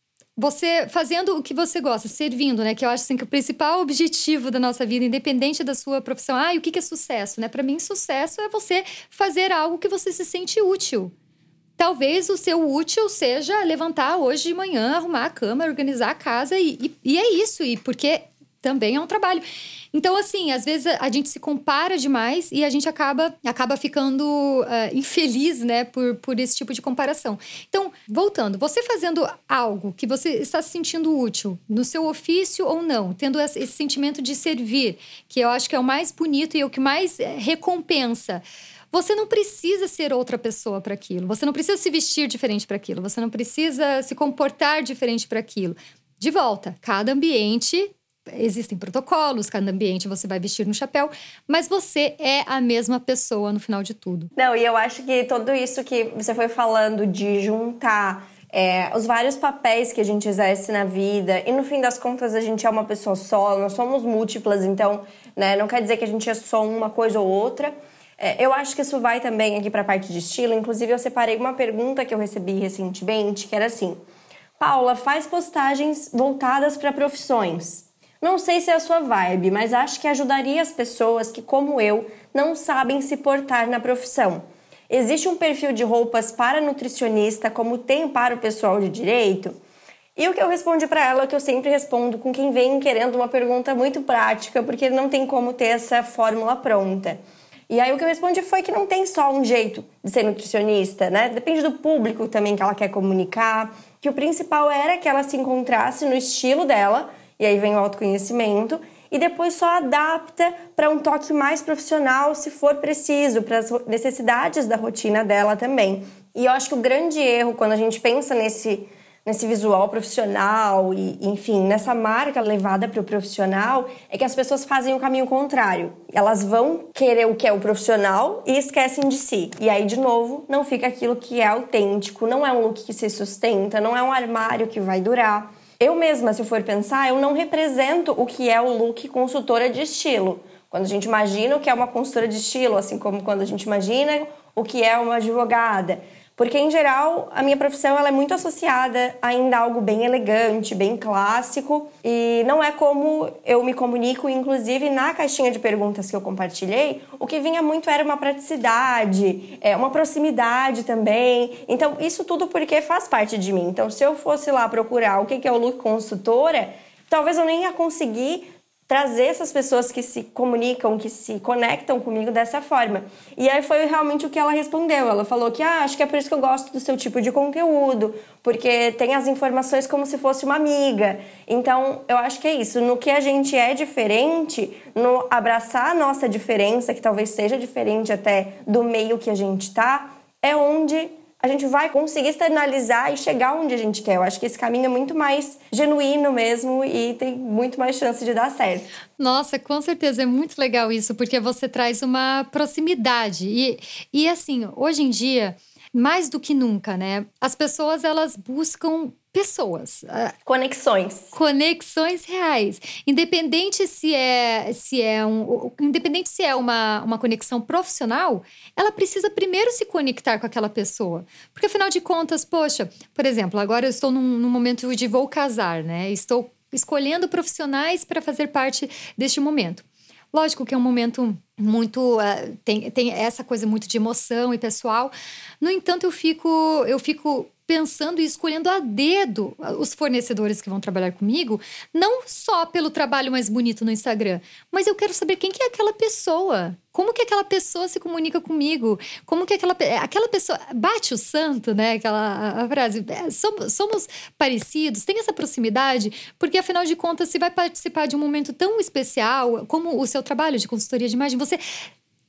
você fazendo o que você gosta, servindo, né? Que eu acho assim, que o principal objetivo da nossa vida, independente da sua profissão, ah, e o que que é sucesso, né? Para mim, sucesso é você fazer algo que você se sente útil. Talvez o seu útil seja levantar hoje de manhã, arrumar a cama, organizar a casa e, e, e é isso, e porque também é um trabalho. Então, assim, às vezes a, a gente se compara demais e a gente acaba, acaba ficando uh, infeliz, né, por, por esse tipo de comparação. Então, voltando, você fazendo algo que você está se sentindo útil no seu ofício ou não, tendo esse, esse sentimento de servir, que eu acho que é o mais bonito e o que mais é, recompensa. Você não precisa ser outra pessoa para aquilo. Você não precisa se vestir diferente para aquilo. Você não precisa se comportar diferente para aquilo. De volta, cada ambiente, existem protocolos, cada ambiente você vai vestir no chapéu, mas você é a mesma pessoa no final de tudo.
Não, e eu acho que tudo isso que você foi falando de juntar é, os vários papéis que a gente exerce na vida, e no fim das contas a gente é uma pessoa só, nós somos múltiplas, então, né, não quer dizer que a gente é só uma coisa ou outra. Eu acho que isso vai também aqui para a parte de estilo. Inclusive, eu separei uma pergunta que eu recebi recentemente, que era assim: Paula, faz postagens voltadas para profissões. Não sei se é a sua vibe, mas acho que ajudaria as pessoas que, como eu, não sabem se portar na profissão. Existe um perfil de roupas para nutricionista, como tem para o pessoal de direito? E o que eu respondi para ela é o que eu sempre respondo com quem vem querendo uma pergunta muito prática, porque não tem como ter essa fórmula pronta. E aí o que eu respondi foi que não tem só um jeito de ser nutricionista, né? Depende do público também que ela quer comunicar, que o principal era que ela se encontrasse no estilo dela, e aí vem o autoconhecimento, e depois só adapta para um toque mais profissional, se for preciso, para as necessidades da rotina dela também. E eu acho que o grande erro quando a gente pensa nesse... nesse visual profissional e, enfim, nessa marca levada para o profissional, é que as pessoas fazem o caminho contrário. Elas vão querer o que é o profissional e esquecem de si. E aí, de novo, não fica aquilo que é autêntico, não é um look que se sustenta, não é um armário que vai durar. Eu mesma, se eu for pensar, eu não represento o que é o look consultora de estilo. Quando a gente imagina o que é uma consultora de estilo, assim como quando a gente imagina o que é uma advogada. Porque, em geral, a minha profissão ela é muito associada ainda a algo bem elegante, bem clássico. E não é como eu me comunico, inclusive na caixinha de perguntas que eu compartilhei, o que vinha muito era uma praticidade, é, uma proximidade também. Então, isso tudo porque faz parte de mim. Então, se eu fosse lá procurar o que é o look consultora, talvez eu nem ia conseguir trazer essas pessoas que se comunicam, que se conectam comigo dessa forma. E aí foi realmente o que ela respondeu. Ela falou que, ah, acho que é por isso que eu gosto do seu tipo de conteúdo, porque tem as informações como se fosse uma amiga. Então, eu acho que é isso. No que a gente é diferente, no abraçar a nossa diferença, que talvez seja diferente até do meio que a gente tá, é onde a gente vai conseguir externalizar e chegar onde a gente quer. Eu acho que esse caminho é muito mais genuíno mesmo e tem muito mais chance de dar certo.
Nossa, com certeza, é muito legal isso, porque você traz uma proximidade. E, e assim, hoje em dia, mais do que nunca, né? As pessoas, elas buscam pessoas.
Conexões.
Conexões reais. Independente se é, se é, um, independente se é uma, uma conexão profissional, ela precisa primeiro se conectar com aquela pessoa. Porque, afinal de contas, poxa, por exemplo, agora eu estou num, num momento de vou casar, né? Estou escolhendo profissionais para fazer parte deste momento. Lógico que é um momento muito... Uh, tem, tem essa coisa muito de emoção e pessoal. No entanto, eu fico... Eu fico pensando e escolhendo a dedo os fornecedores que vão trabalhar comigo, não só pelo trabalho mais bonito no Instagram, mas eu quero saber quem que é aquela pessoa. Como que aquela pessoa se comunica comigo? Como que aquela, aquela pessoa... Bate o santo, né? Aquela a frase. Somos, somos parecidos, tem essa proximidade, porque afinal de contas, se vai participar de um momento tão especial como o seu trabalho de consultoria de imagem, você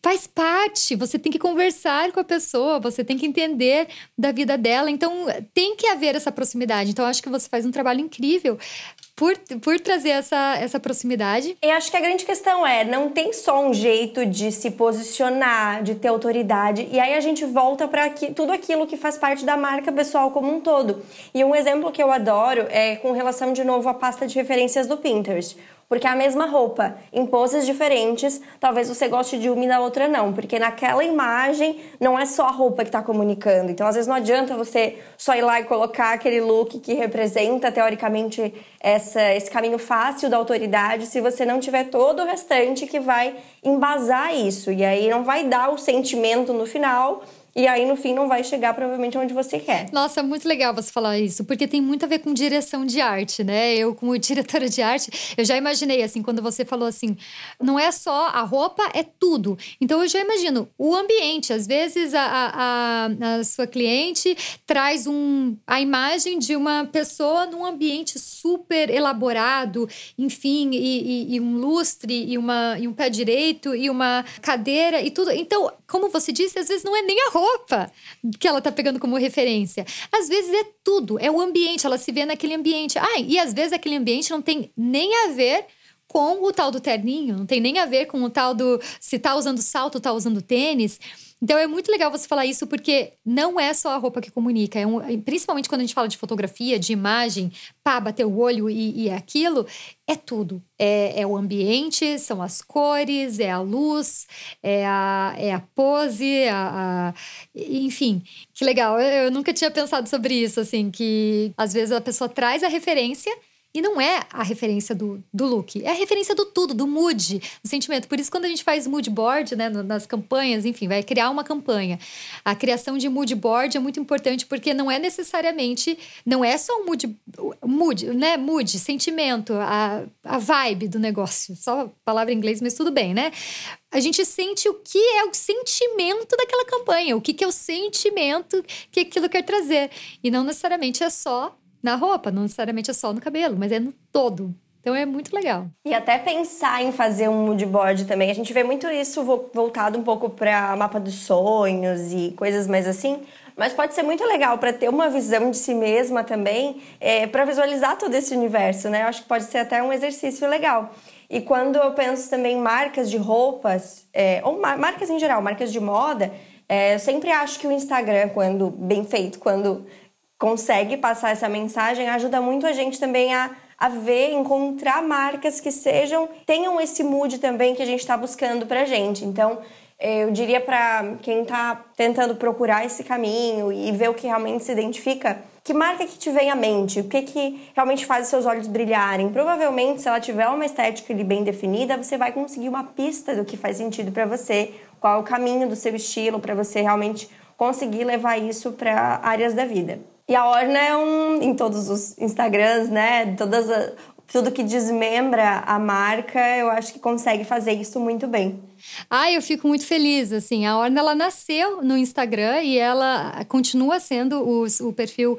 faz parte, você tem que conversar com a pessoa, você tem que entender da vida dela, então tem que haver essa proximidade. Então acho que você faz um trabalho incrível por, por trazer essa, essa proximidade.
E acho que a grande questão é, não tem só um jeito de se posicionar, de ter autoridade, e aí a gente volta para tudo aquilo que faz parte da marca pessoal como um todo. E um exemplo que eu adoro é com relação de novo à pasta de referências do Pinterest. Porque é a mesma roupa, em poses diferentes, talvez você goste de uma e da outra não. Porque naquela imagem não é só a roupa que está comunicando. Então, às vezes, não adianta você só ir lá e colocar aquele look que representa, teoricamente, essa, esse caminho fácil da autoridade, se você não tiver todo o restante que vai embasar isso. E aí não vai dar o sentimento no final. E aí, no fim, não vai chegar provavelmente onde você quer.
Nossa, muito legal você falar isso, porque tem muito a ver com direção de arte, né? Eu, como diretora de arte, eu já imaginei, assim, quando você falou assim, não é só a roupa, é tudo. Então, eu já imagino o ambiente. Às vezes, a, a, a sua cliente traz um, a imagem de uma pessoa num ambiente super elaborado, enfim, e, e, e um lustre, e, uma, e um pé direito, e uma cadeira, e tudo. Então, como você disse, às vezes não é nem a roupa roupa que ela tá pegando como referência. Às vezes é tudo, é o ambiente, ela se vê naquele ambiente. Ah, e às vezes aquele ambiente não tem nem a ver com o tal do terninho, não tem nem a ver com o tal do se tá usando salto, tá usando tênis. Então é muito legal você falar isso, porque não é só a roupa que comunica. É um, principalmente quando a gente fala de fotografia, de imagem, pá, bater o olho e, e é aquilo, é tudo. É, é o ambiente, são as cores, é a luz, é a, é a pose, a, a, enfim, que legal. Eu, eu nunca tinha pensado sobre isso, assim, que às vezes a pessoa traz a referência e não é a referência do, do look, é a referência do tudo, do mood, do sentimento. Por isso, quando a gente faz mood board, né, nas campanhas, enfim, vai criar uma campanha. A criação de mood board é muito importante, porque não é necessariamente, não é só o mood, mood, né, mood, sentimento, a, a vibe do negócio. Só palavra em inglês, mas tudo bem, né? A gente sente o que é o sentimento daquela campanha, o que, que é o sentimento que aquilo quer trazer. E não necessariamente é só na roupa, não necessariamente é só no cabelo, mas é no todo. Então é muito legal.
E até pensar em fazer um mood board também. A gente vê muito isso voltado um pouco para mapa dos sonhos e coisas mais assim. Mas pode ser muito legal para ter uma visão de si mesma também, é, para visualizar todo esse universo, né? Eu acho que pode ser até um exercício legal. E quando eu penso também em marcas de roupas, é, ou mar- marcas em geral, marcas de moda, é, eu sempre acho que o Instagram, quando bem feito, quando consegue passar essa mensagem, ajuda muito a gente também a, a ver, encontrar marcas que sejam, tenham esse mood também que a gente está buscando pra gente. Então, eu diria para quem está tentando procurar esse caminho e ver o que realmente se identifica, que marca que te vem à mente, o que, que realmente faz os seus olhos brilharem. Provavelmente, se ela tiver uma estética ali bem definida, você vai conseguir uma pista do que faz sentido para você, qual é o caminho do seu estilo, para você realmente conseguir levar isso para áreas da vida. E a Orna é um, em todos os Instagrams, né, todas a, tudo que desmembra a marca, eu acho que consegue fazer isso muito bem.
Ah, eu fico muito feliz, assim, a Orna, ela nasceu no Instagram e ela continua sendo o, o perfil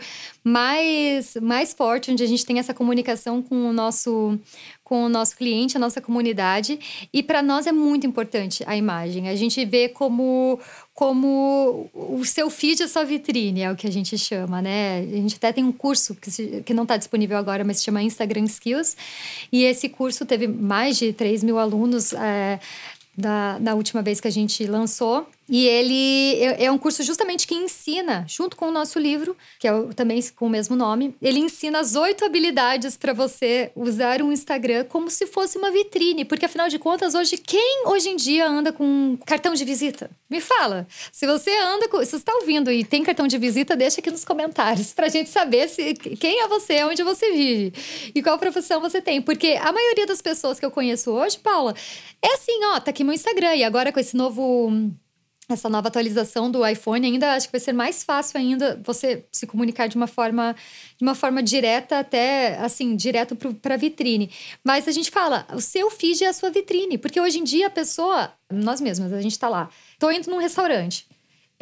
mais, mais forte, onde a gente tem essa comunicação com o nosso, com o nosso cliente, a nossa comunidade, e para nós é muito importante a imagem, a gente vê como, como o seu feed é sua vitrine, é o que a gente chama, né? A gente até tem um curso que, se, que não está disponível agora, mas se chama Instagram Skills, e esse curso teve mais de três mil alunos é, da, da última vez que a gente lançou. E ele é um curso justamente que ensina, junto com o nosso livro, que é também com o mesmo nome, ele ensina as oito habilidades para você usar um Instagram como se fosse uma vitrine. Porque, afinal de contas, hoje, quem hoje em dia anda com cartão de visita? Me fala. Se você anda com... Se você está ouvindo e tem cartão de visita, deixa aqui nos comentários pra gente saber se, quem é você, onde você vive e qual profissão você tem. Porque a maioria das pessoas que eu conheço hoje, Paula, é assim, ó, tá aqui meu Instagram. E agora com esse novo... essa nova atualização do iPhone, ainda acho que vai ser mais fácil ainda você se comunicar de uma forma, de uma forma direta, até assim, direto para a vitrine. Mas a gente fala, o seu feed é a sua vitrine, porque hoje em dia a pessoa, nós mesmas, a gente está lá, tô indo num restaurante.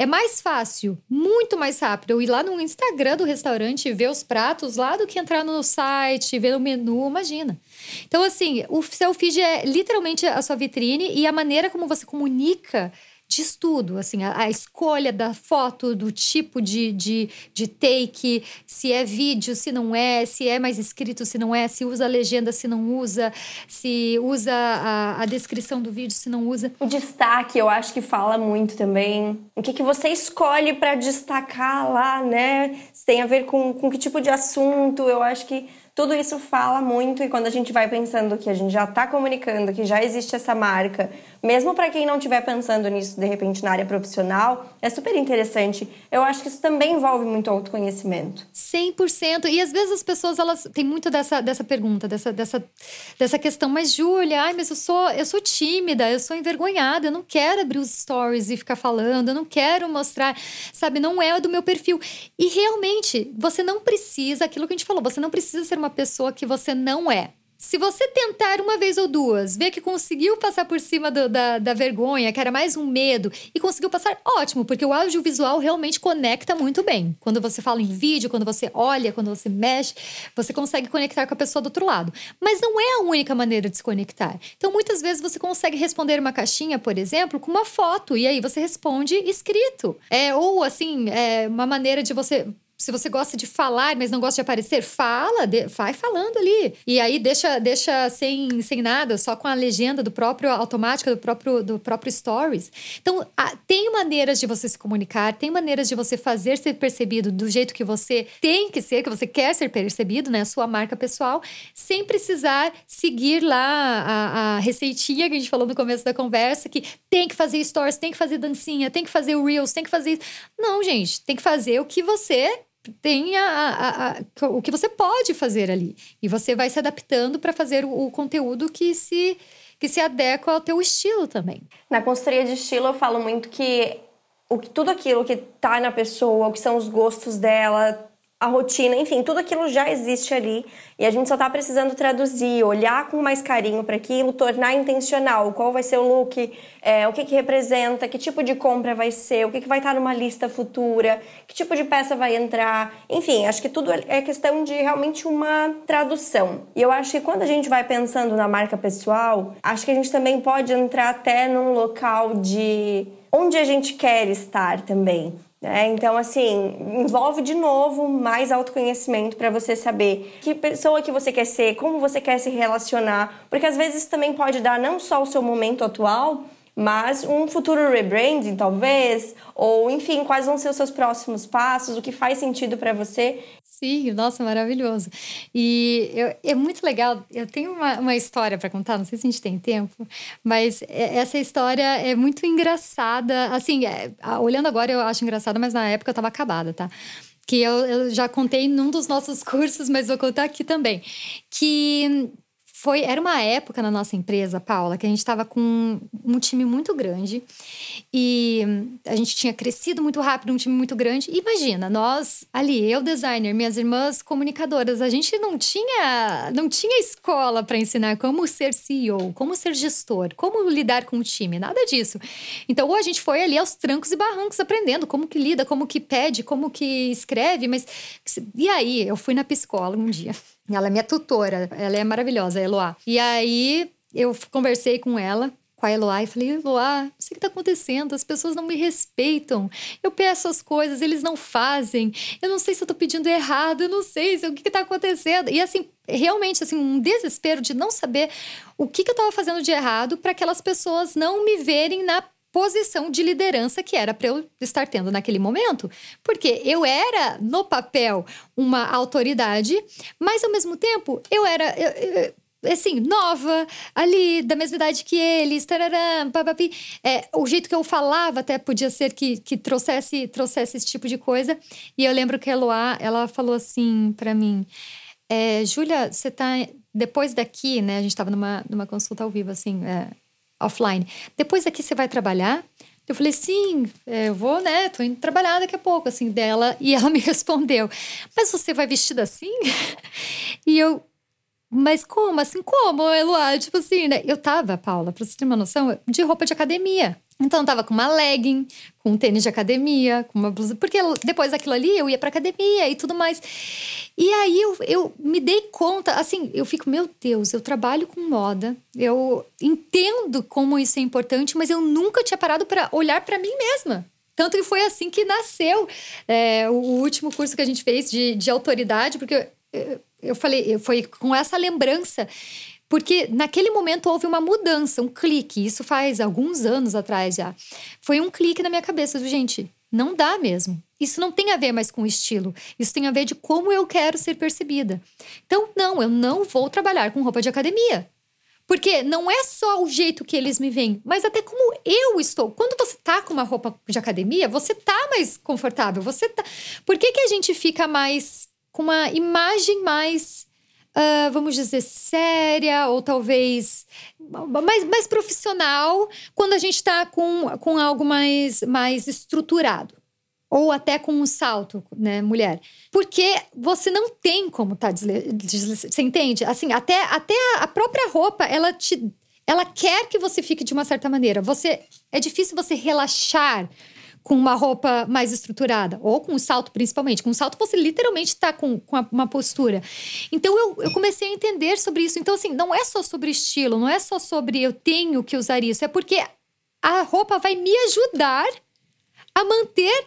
É mais fácil, muito mais rápido, eu ir lá no Instagram do restaurante e ver os pratos lá do que entrar no site, ver o menu, imagina. Então, assim, o seu feed é literalmente a sua vitrine e a maneira como você comunica diz tudo, assim, a, a escolha da foto, do tipo de, de, de take, se é vídeo, se não é, se é mais escrito, se não é, se usa a legenda, se não usa, se usa a, a descrição do vídeo, se não usa.
O destaque, eu acho que fala muito também. O que, que você escolhe para destacar lá, né? Se tem a ver com, com que tipo de assunto, eu acho que tudo isso fala muito, e quando a gente vai pensando que a gente já está comunicando, que já existe essa marca, mesmo para quem não estiver pensando nisso, de repente, na área profissional, é super interessante. Eu acho que isso também envolve muito autoconhecimento.
cem por cento. E às vezes as pessoas, elas têm muito dessa, dessa pergunta, dessa, dessa, dessa questão. Mas, Júlia, ai, mas eu sou, eu sou tímida, eu sou envergonhada, eu não quero abrir os stories e ficar falando, eu não quero mostrar, sabe? Não é do meu perfil. E realmente, você não precisa, aquilo que a gente falou, você não precisa ser uma pessoa que você não é. Se você tentar uma vez ou duas, ver que conseguiu passar por cima do, da, da vergonha, que era mais um medo, e conseguiu passar, ótimo, porque o audiovisual realmente conecta muito bem. Quando você fala em vídeo, quando você olha, quando você mexe, você consegue conectar com a pessoa do outro lado. Mas não é a única maneira de se conectar. Então, muitas vezes você consegue responder uma caixinha, por exemplo, com uma foto, e aí você responde escrito. É, ou, assim, é uma maneira de você... Se você gosta de falar, mas não gosta de aparecer, fala, de, vai falando ali. E aí deixa, deixa sem, sem nada, só com a legenda do próprio automática, do próprio, do próprio Stories. Então, a, tem maneiras de você se comunicar, tem maneiras de você fazer ser percebido do jeito que você tem que ser, que você quer ser percebido, né? A sua marca pessoal, sem precisar seguir lá a, a receitinha que a gente falou no começo da conversa, que tem que fazer stories, tem que fazer dancinha, tem que fazer o Reels, tem que fazer... Não, gente, tem que fazer o que você... tem a, a, a, o que você pode fazer ali. E você vai se adaptando para fazer o, o conteúdo que se, que se adequa ao teu estilo também.
Na consultoria de estilo eu falo muito que o, tudo aquilo que tá na pessoa, o que são os gostos dela, a rotina, enfim, tudo aquilo já existe ali e a gente só tá precisando traduzir, olhar com mais carinho para aquilo, tornar intencional qual vai ser o look, é, o que que representa, que tipo de compra vai ser, o que que vai estar numa lista futura, que tipo de peça vai entrar, enfim, acho que tudo é questão de realmente uma tradução. E eu acho que quando a gente vai pensando na marca pessoal, acho que a gente também pode entrar até num local de onde a gente quer estar também. É, então, assim, envolve de novo mais autoconhecimento para você saber que pessoa que você quer ser, como você quer se relacionar, porque às vezes também pode dar não só o seu momento atual, mas um futuro rebranding, talvez, ou enfim, quais vão ser os seus próximos passos, o que faz sentido para você.
Sim, nossa, maravilhoso. E eu, é muito legal, eu tenho uma, uma história para contar, não sei se a gente tem tempo, mas essa história é muito engraçada, assim, é, olhando agora eu acho engraçada, mas na época eu estava acabada, tá? Que eu, eu já contei num dos nossos cursos, mas vou contar aqui também, que... Foi, era uma época na nossa empresa, Paula, que a gente estava com um time muito grande e a gente tinha crescido muito rápido, um time muito grande. Imagina, nós ali, eu designer, minhas irmãs comunicadoras, a gente não tinha, não tinha escola para ensinar como ser C E O, como ser gestor, como lidar com o time, nada disso. Então, a gente foi ali aos trancos e barrancos aprendendo como que lida, como que pede, como que escreve, mas... E aí, eu fui na psicóloga um dia. Ela é minha tutora, ela é maravilhosa, a Eloá. E aí, eu conversei com ela, com a Eloá, e falei, Eloá, não sei o que tá acontecendo, as pessoas não me respeitam. Eu peço as coisas, eles não fazem. Eu não sei se eu tô pedindo errado, eu não sei se, o que que tá acontecendo. E assim, realmente, assim, um desespero de não saber o que que eu tava fazendo de errado para aquelas pessoas não me verem na posição de liderança que era para eu estar tendo naquele momento. Porque eu era, no papel, uma autoridade, mas ao mesmo tempo eu era, eu, eu, assim, nova, ali, da mesma idade que eles, tararam, papapi. É, o jeito que eu falava até podia ser que, que trouxesse, trouxesse esse tipo de coisa. E eu lembro que a Eloá, ela falou assim para mim, é, Júlia, você tá, depois daqui, né, a gente tava numa, numa consulta ao vivo, assim, é, offline. Depois daqui você vai trabalhar? Eu falei, sim, eu vou, né? Tô indo trabalhar daqui a pouco, assim, dela. E ela me respondeu, mas você vai vestida assim? E eu, mas como? Assim, como, Eloá? Tipo assim, né? Eu tava, Paula, pra você ter uma noção, de roupa de academia. Então eu tava com uma legging, com um tênis de academia, com uma blusa. Porque depois daquilo ali eu ia pra academia e tudo mais. E aí eu, eu me dei conta, assim, eu fico, meu Deus, eu trabalho com moda. Eu entendo como isso é importante, mas eu nunca tinha parado pra olhar pra mim mesma. Tanto que foi assim que nasceu é, o último curso que a gente fez de, de autoridade. Porque eu, eu falei, foi com essa lembrança. Porque naquele momento houve uma mudança, um clique. Isso faz alguns anos atrás já. Foi um clique na minha cabeça. Gente, não dá mesmo. Isso não tem a ver mais com estilo. Isso tem a ver de como eu quero ser percebida. Então, não, eu não vou trabalhar com roupa de academia. Porque não é só o jeito que eles me veem, mas até como eu estou. Quando você tá com uma roupa de academia, você tá mais confortável. Você tá... Por que que a gente fica mais... com uma imagem mais... Uh, vamos dizer, séria ou talvez mais, mais profissional quando a gente tá com, com algo mais, mais estruturado. Ou até com um salto, né, mulher? Porque você não tem como tá desle... desle... Você entende? Assim, até, até a própria roupa, ela te... ela quer que você fique de uma certa maneira. Você... É difícil você relaxar com uma roupa mais estruturada. Ou com um salto, principalmente. Com um salto, você literalmente tá com, com uma postura. Então, eu, eu comecei a entender sobre isso. Então, assim, não é só sobre estilo. Não é só sobre eu tenho que usar isso. É porque a roupa vai me ajudar a manter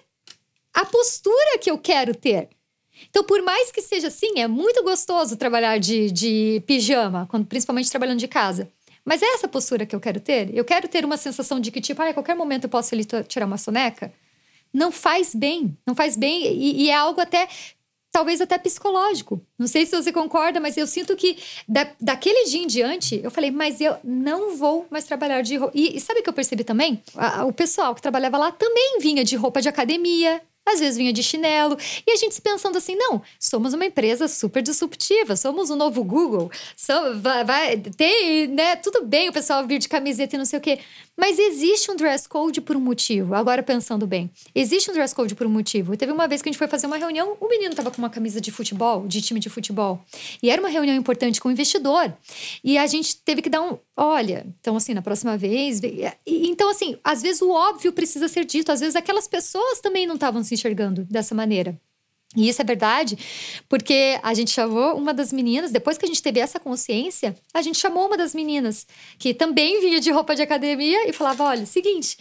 a postura que eu quero ter. Então, por mais que seja assim, é muito gostoso trabalhar de, de pijama. Quando, principalmente trabalhando de casa. Mas é essa postura que eu quero ter? Eu quero ter uma sensação de que, tipo, ah, a qualquer momento eu posso ali tirar uma soneca? Não faz bem. Não faz bem. E, e é algo até, talvez até psicológico. Não sei se você concorda, mas eu sinto que da, daquele dia em diante, eu falei, mas eu não vou mais trabalhar de roupa. E, e sabe o que eu percebi também? A, o pessoal que trabalhava lá também vinha de roupa de academia. Às vezes vinha de chinelo. E a gente se pensando assim, não, somos uma empresa super disruptiva, somos o novo Google. So, vai, vai, tem, né, tudo bem o pessoal vir de camiseta e não sei o quê. Mas existe um dress code por um motivo. Agora pensando bem, existe um dress code por um motivo. E teve uma vez que a gente foi fazer uma reunião, o menino tava com uma camisa de futebol, de time de futebol. E era uma reunião importante com o investidor. E a gente teve que dar um, olha, então assim, na próxima vez... Então assim, às vezes o óbvio precisa ser dito. Às vezes aquelas pessoas também não estavam se enxergando dessa maneira. E isso é verdade, porque a gente chamou uma das meninas, depois que a gente teve essa consciência, a gente chamou uma das meninas, que também vinha de roupa de academia e falava, olha, seguinte,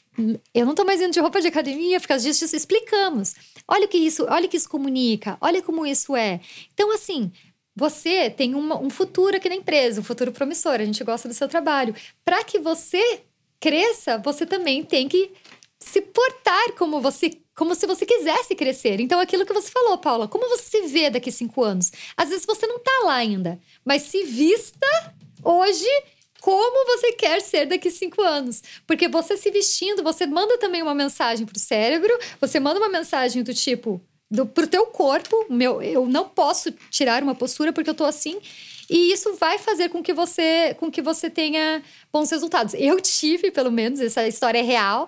eu não tô mais indo de roupa de academia, por causa disso, disso explicamos. Olha o que isso, olha o que isso comunica, olha como isso é. Então, assim, você tem uma, um futuro aqui na empresa, um futuro promissor, a gente gosta do seu trabalho. Para que você cresça, você também tem que se portar como você, como se você quisesse crescer. Então, aquilo que você falou, Paula, como você se vê daqui a cinco anos? Às vezes você não tá lá ainda, mas se vista hoje como você quer ser daqui a cinco anos. Porque você se vestindo, você manda também uma mensagem pro cérebro, você manda uma mensagem do tipo, do, pro teu corpo, meu, eu não posso tirar uma postura porque eu tô assim. E isso vai fazer com que você, com que você tenha bons resultados. Eu tive, pelo menos, essa história é real.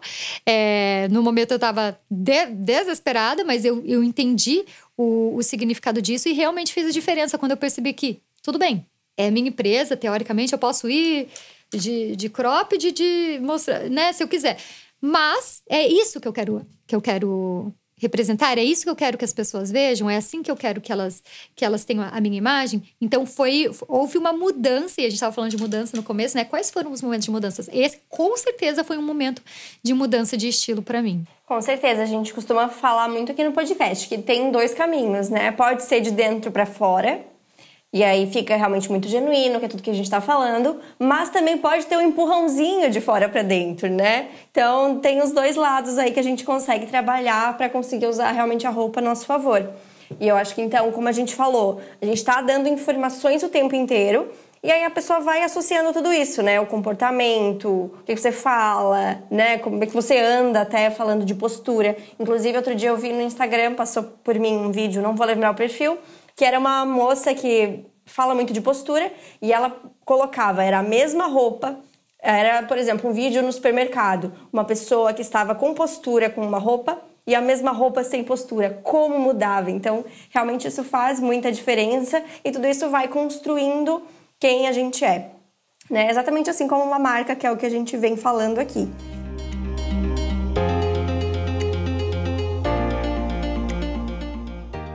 É, no momento eu estava de, desesperada, mas eu, eu entendi o, o significado disso e realmente fez a diferença quando eu percebi que, tudo bem, é minha empresa, teoricamente eu posso ir de, de crop, de, de mostrar, né, se eu quiser. Mas é isso que eu quero, que eu quero representar, é isso que eu quero que as pessoas vejam, é assim que eu quero que elas, que elas tenham a minha imagem. Então foi, houve uma mudança, e a gente estava falando de mudança no começo, né? Quais foram os momentos de mudanças? Esse, com certeza, foi um momento de mudança de estilo para mim.
Com certeza, a gente costuma falar muito aqui no podcast que tem dois caminhos, né? Pode ser de dentro para fora, e aí fica realmente muito genuíno, que é tudo que a gente tá falando, mas também pode ter um empurrãozinho de fora pra dentro, né? Então tem os dois lados aí que a gente consegue trabalhar pra conseguir usar realmente a roupa a nosso favor. E eu acho que então, como a gente falou, a gente tá dando informações o tempo inteiro, e aí a pessoa vai associando tudo isso, né? O comportamento, o que você fala, né? Como é que você anda até falando de postura. Inclusive, outro dia eu vi no Instagram, passou por mim um vídeo, não vou lembrar o perfil, que era uma moça que fala muito de postura e ela colocava, era a mesma roupa, era, por exemplo, um vídeo no supermercado, uma pessoa que estava com postura com uma roupa e a mesma roupa sem postura, como mudava. Então, realmente isso faz muita diferença e tudo isso vai construindo quem a gente é, né? Exatamente assim como uma marca, que é o que a gente vem falando aqui.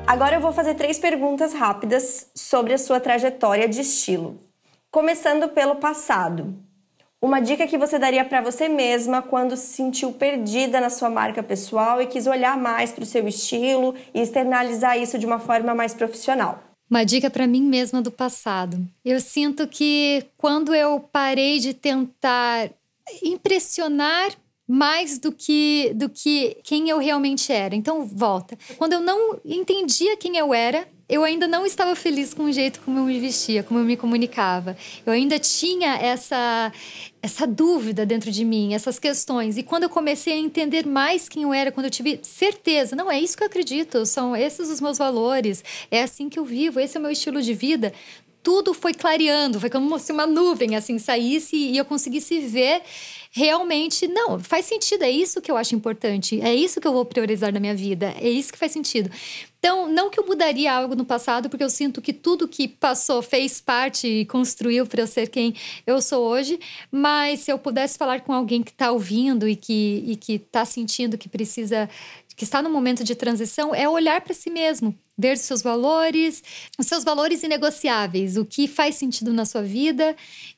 Agora eu vou fazer três perguntas rápidas sobre a sua trajetória de estilo. Começando pelo passado. Uma dica que você daria para você mesma quando se sentiu perdida na sua marca pessoal e quis olhar mais para o seu estilo e externalizar isso de uma forma mais profissional?
Uma dica para mim mesma do passado. Eu sinto que quando eu parei de tentar impressionar mais do que, do que quem eu realmente era. Então, volta. Quando eu não entendia quem eu era, eu ainda não estava feliz com o jeito como eu me vestia, como eu me comunicava. Eu ainda tinha essa, essa dúvida dentro de mim, essas questões. E quando eu comecei a entender mais quem eu era, quando eu tive certeza, não, é isso que eu acredito, são esses os meus valores, é assim que eu vivo, esse é o meu estilo de vida, tudo foi clareando, foi como se uma nuvem assim saísse e eu conseguisse ver realmente, não, faz sentido, é isso que eu acho importante, é isso que eu vou priorizar na minha vida, é isso que faz sentido. Então, não que eu mudaria algo no passado, porque eu sinto que tudo que passou fez parte e construiu para eu ser quem eu sou hoje, mas se eu pudesse falar com alguém que está ouvindo e que e que está sentindo que precisa, que está no momento de transição, é olhar para si mesmo, ver os seus valores, os seus valores inegociáveis, o que faz sentido na sua vida,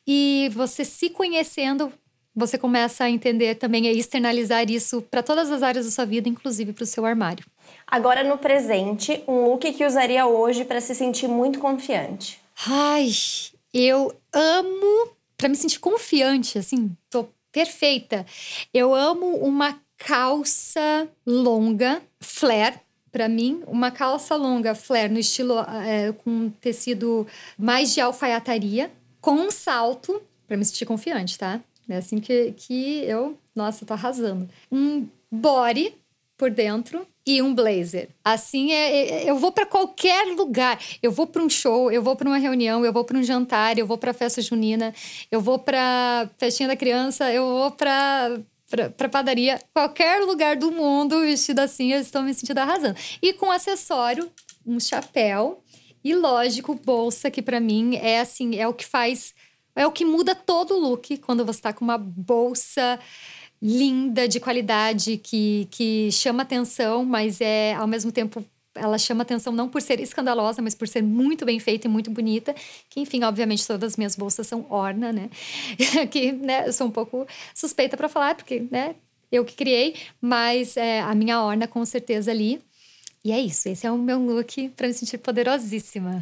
e você se conhecendo, você começa a entender também, a externalizar isso para todas as áreas da sua vida, inclusive para o seu armário.
Agora, no presente, um look que usaria hoje para se sentir muito confiante?
Ai, eu amo, para me sentir confiante, assim, tô perfeita. Eu amo uma calça longa, flare. Para mim, uma calça longa, flare, no estilo é, com tecido mais de alfaiataria, com um salto, para me sentir confiante, tá? É assim que, que eu, nossa, tô arrasando. Um body por dentro e um blazer. Assim, é, é eu vou para qualquer lugar. Eu vou para um show, eu vou para uma reunião, eu vou para um jantar, eu vou para festa junina, eu vou para festinha da criança, eu vou para para padaria. Qualquer lugar do mundo vestido assim, eu estou me sentindo arrasando. E com acessório, um chapéu e, lógico, bolsa, que para mim é assim, é o que faz... É o que muda todo o look quando você tá com uma bolsa linda, de qualidade, que, que chama atenção, mas é, ao mesmo tempo, ela chama atenção não por ser escandalosa, mas por ser muito bem feita e muito bonita. Que, enfim, obviamente, todas as minhas bolsas são Orna, né? que, né, eu sou um pouco suspeita para falar, porque, né, eu que criei, mas é, a minha Orna, com certeza, ali. E é isso, esse é o meu look para me sentir poderosíssima.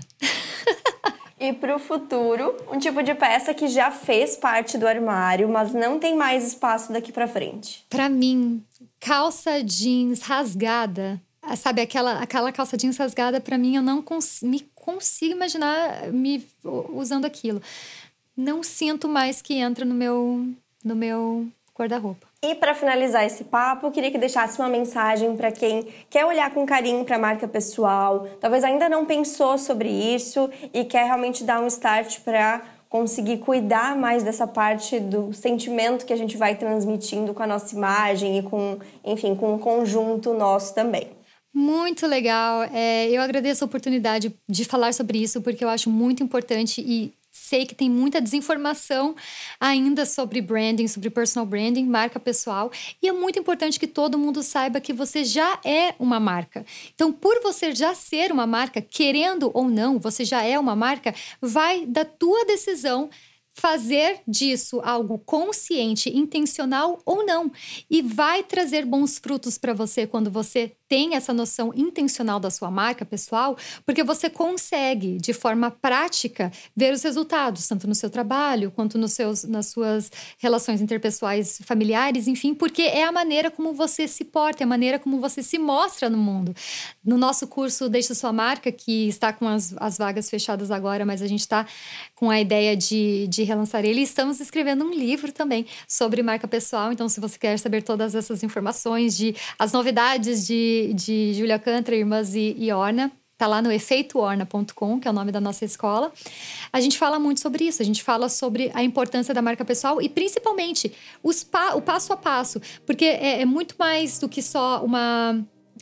E para o futuro, um tipo de peça que já fez parte do armário, mas não tem mais espaço daqui para frente.
Para mim, calça jeans rasgada, sabe, aquela, aquela calça jeans rasgada, para mim, eu não cons- me consigo imaginar me usando aquilo. Não sinto mais que entra no meu, no meu guarda-roupa.
E para finalizar esse papo, eu queria que deixasse uma mensagem para quem quer olhar com carinho para a marca pessoal, talvez ainda não pensou sobre isso e quer realmente dar um start para conseguir cuidar mais dessa parte do sentimento que a gente vai transmitindo com a nossa imagem e com, enfim, com o conjunto nosso também.
Muito legal. É, eu agradeço a oportunidade de falar sobre isso, porque eu acho muito importante e sei que tem muita desinformação ainda sobre branding, sobre personal branding, marca pessoal. E é muito importante que todo mundo saiba que você já é uma marca. Então, por você já ser uma marca, querendo ou não, você já é uma marca, vai da tua decisão fazer disso algo consciente, intencional ou não. E vai trazer bons frutos para você quando você tem essa noção intencional da sua marca pessoal, porque você consegue, de forma prática, ver os resultados, tanto no seu trabalho, quanto nos seus, nas suas relações interpessoais familiares, enfim, porque é a maneira como você se porta, é a maneira como você se mostra no mundo. No nosso curso Deixa Sua Marca, que está com as, as vagas fechadas agora, mas a gente está com a ideia de, de relançar ele, estamos escrevendo um livro também sobre marca pessoal, então se você quer saber todas essas informações, de as novidades de de Julia Cantra, Irmãs e, e Orna, tá lá no efeito orna ponto com, que é o nome da nossa escola. A gente fala muito sobre isso, a gente fala sobre a importância da marca pessoal e principalmente os pa- o passo a passo, porque é, é muito mais do que só uma...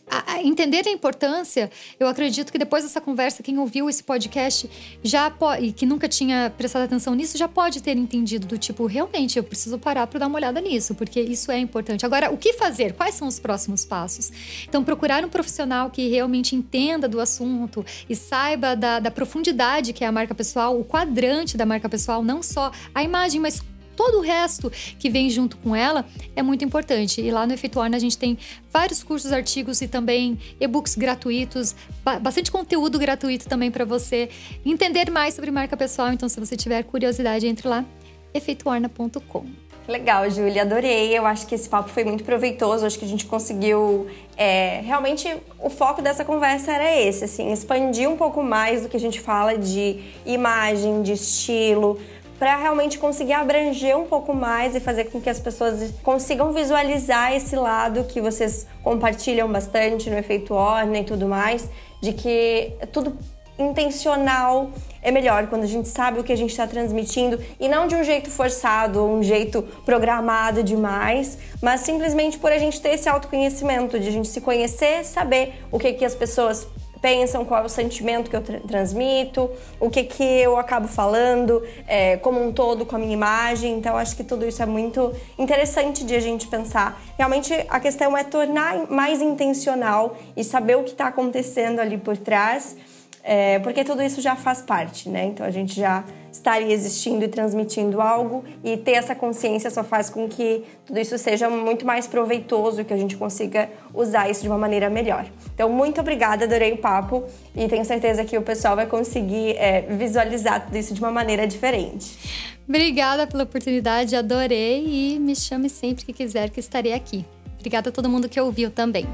a, a entender a importância, eu acredito que depois dessa conversa, quem ouviu esse podcast já pode, e que nunca tinha prestado atenção nisso, já pode ter entendido do tipo, realmente, eu preciso parar para dar uma olhada nisso, porque isso é importante. Agora, o que fazer? Quais são os próximos passos? Então, procurar um profissional que realmente entenda do assunto e saiba da, da profundidade que é a marca pessoal, o quadrante da marca pessoal, não só a imagem, mas todo o resto que vem junto com ela é muito importante. E lá no Efeito Orna a gente tem vários cursos, artigos e também e-books gratuitos, bastante conteúdo gratuito também para você entender mais sobre marca pessoal. Então, se você tiver curiosidade, entre lá, efeito orna ponto com.
Legal, Júlia, adorei. Eu acho que esse papo foi muito proveitoso. Acho que a gente conseguiu... É, realmente, o foco dessa conversa era esse, assim, expandir um pouco mais do que a gente fala de imagem, de estilo, para realmente conseguir abranger um pouco mais e fazer com que as pessoas consigam visualizar esse lado que vocês compartilham bastante no Efeito Orna e tudo mais, de que é tudo intencional, é melhor quando a gente sabe o que a gente está transmitindo e não de um jeito forçado ou um jeito programado demais, mas simplesmente por a gente ter esse autoconhecimento, de a gente se conhecer, saber o que, que as pessoas pensam, qual é o sentimento que eu tra- transmito, o que, que eu acabo falando, é, como um todo com a minha imagem. Então, acho que tudo isso é muito interessante de a gente pensar. Realmente, a questão é tornar mais intencional e saber o que está acontecendo ali por trás, é, porque tudo isso já faz parte, né? Então, a gente já estaria existindo e transmitindo algo, e ter essa consciência só faz com que tudo isso seja muito mais proveitoso e que a gente consiga usar isso de uma maneira melhor. Então, muito obrigada, adorei o papo e tenho certeza que o pessoal vai conseguir é, visualizar tudo isso de uma maneira diferente.
Obrigada pela oportunidade, adorei, e me chame sempre que quiser, que estarei aqui. Obrigada a todo mundo que ouviu também.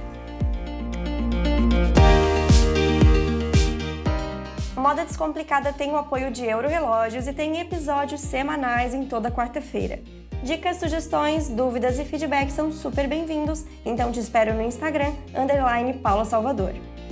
Moda Descomplicada tem o apoio de Euro Relógios e tem episódios semanais em toda quarta-feira. Dicas, sugestões, dúvidas e feedback são super bem-vindos, então te espero no Instagram, underline Paula Salvador.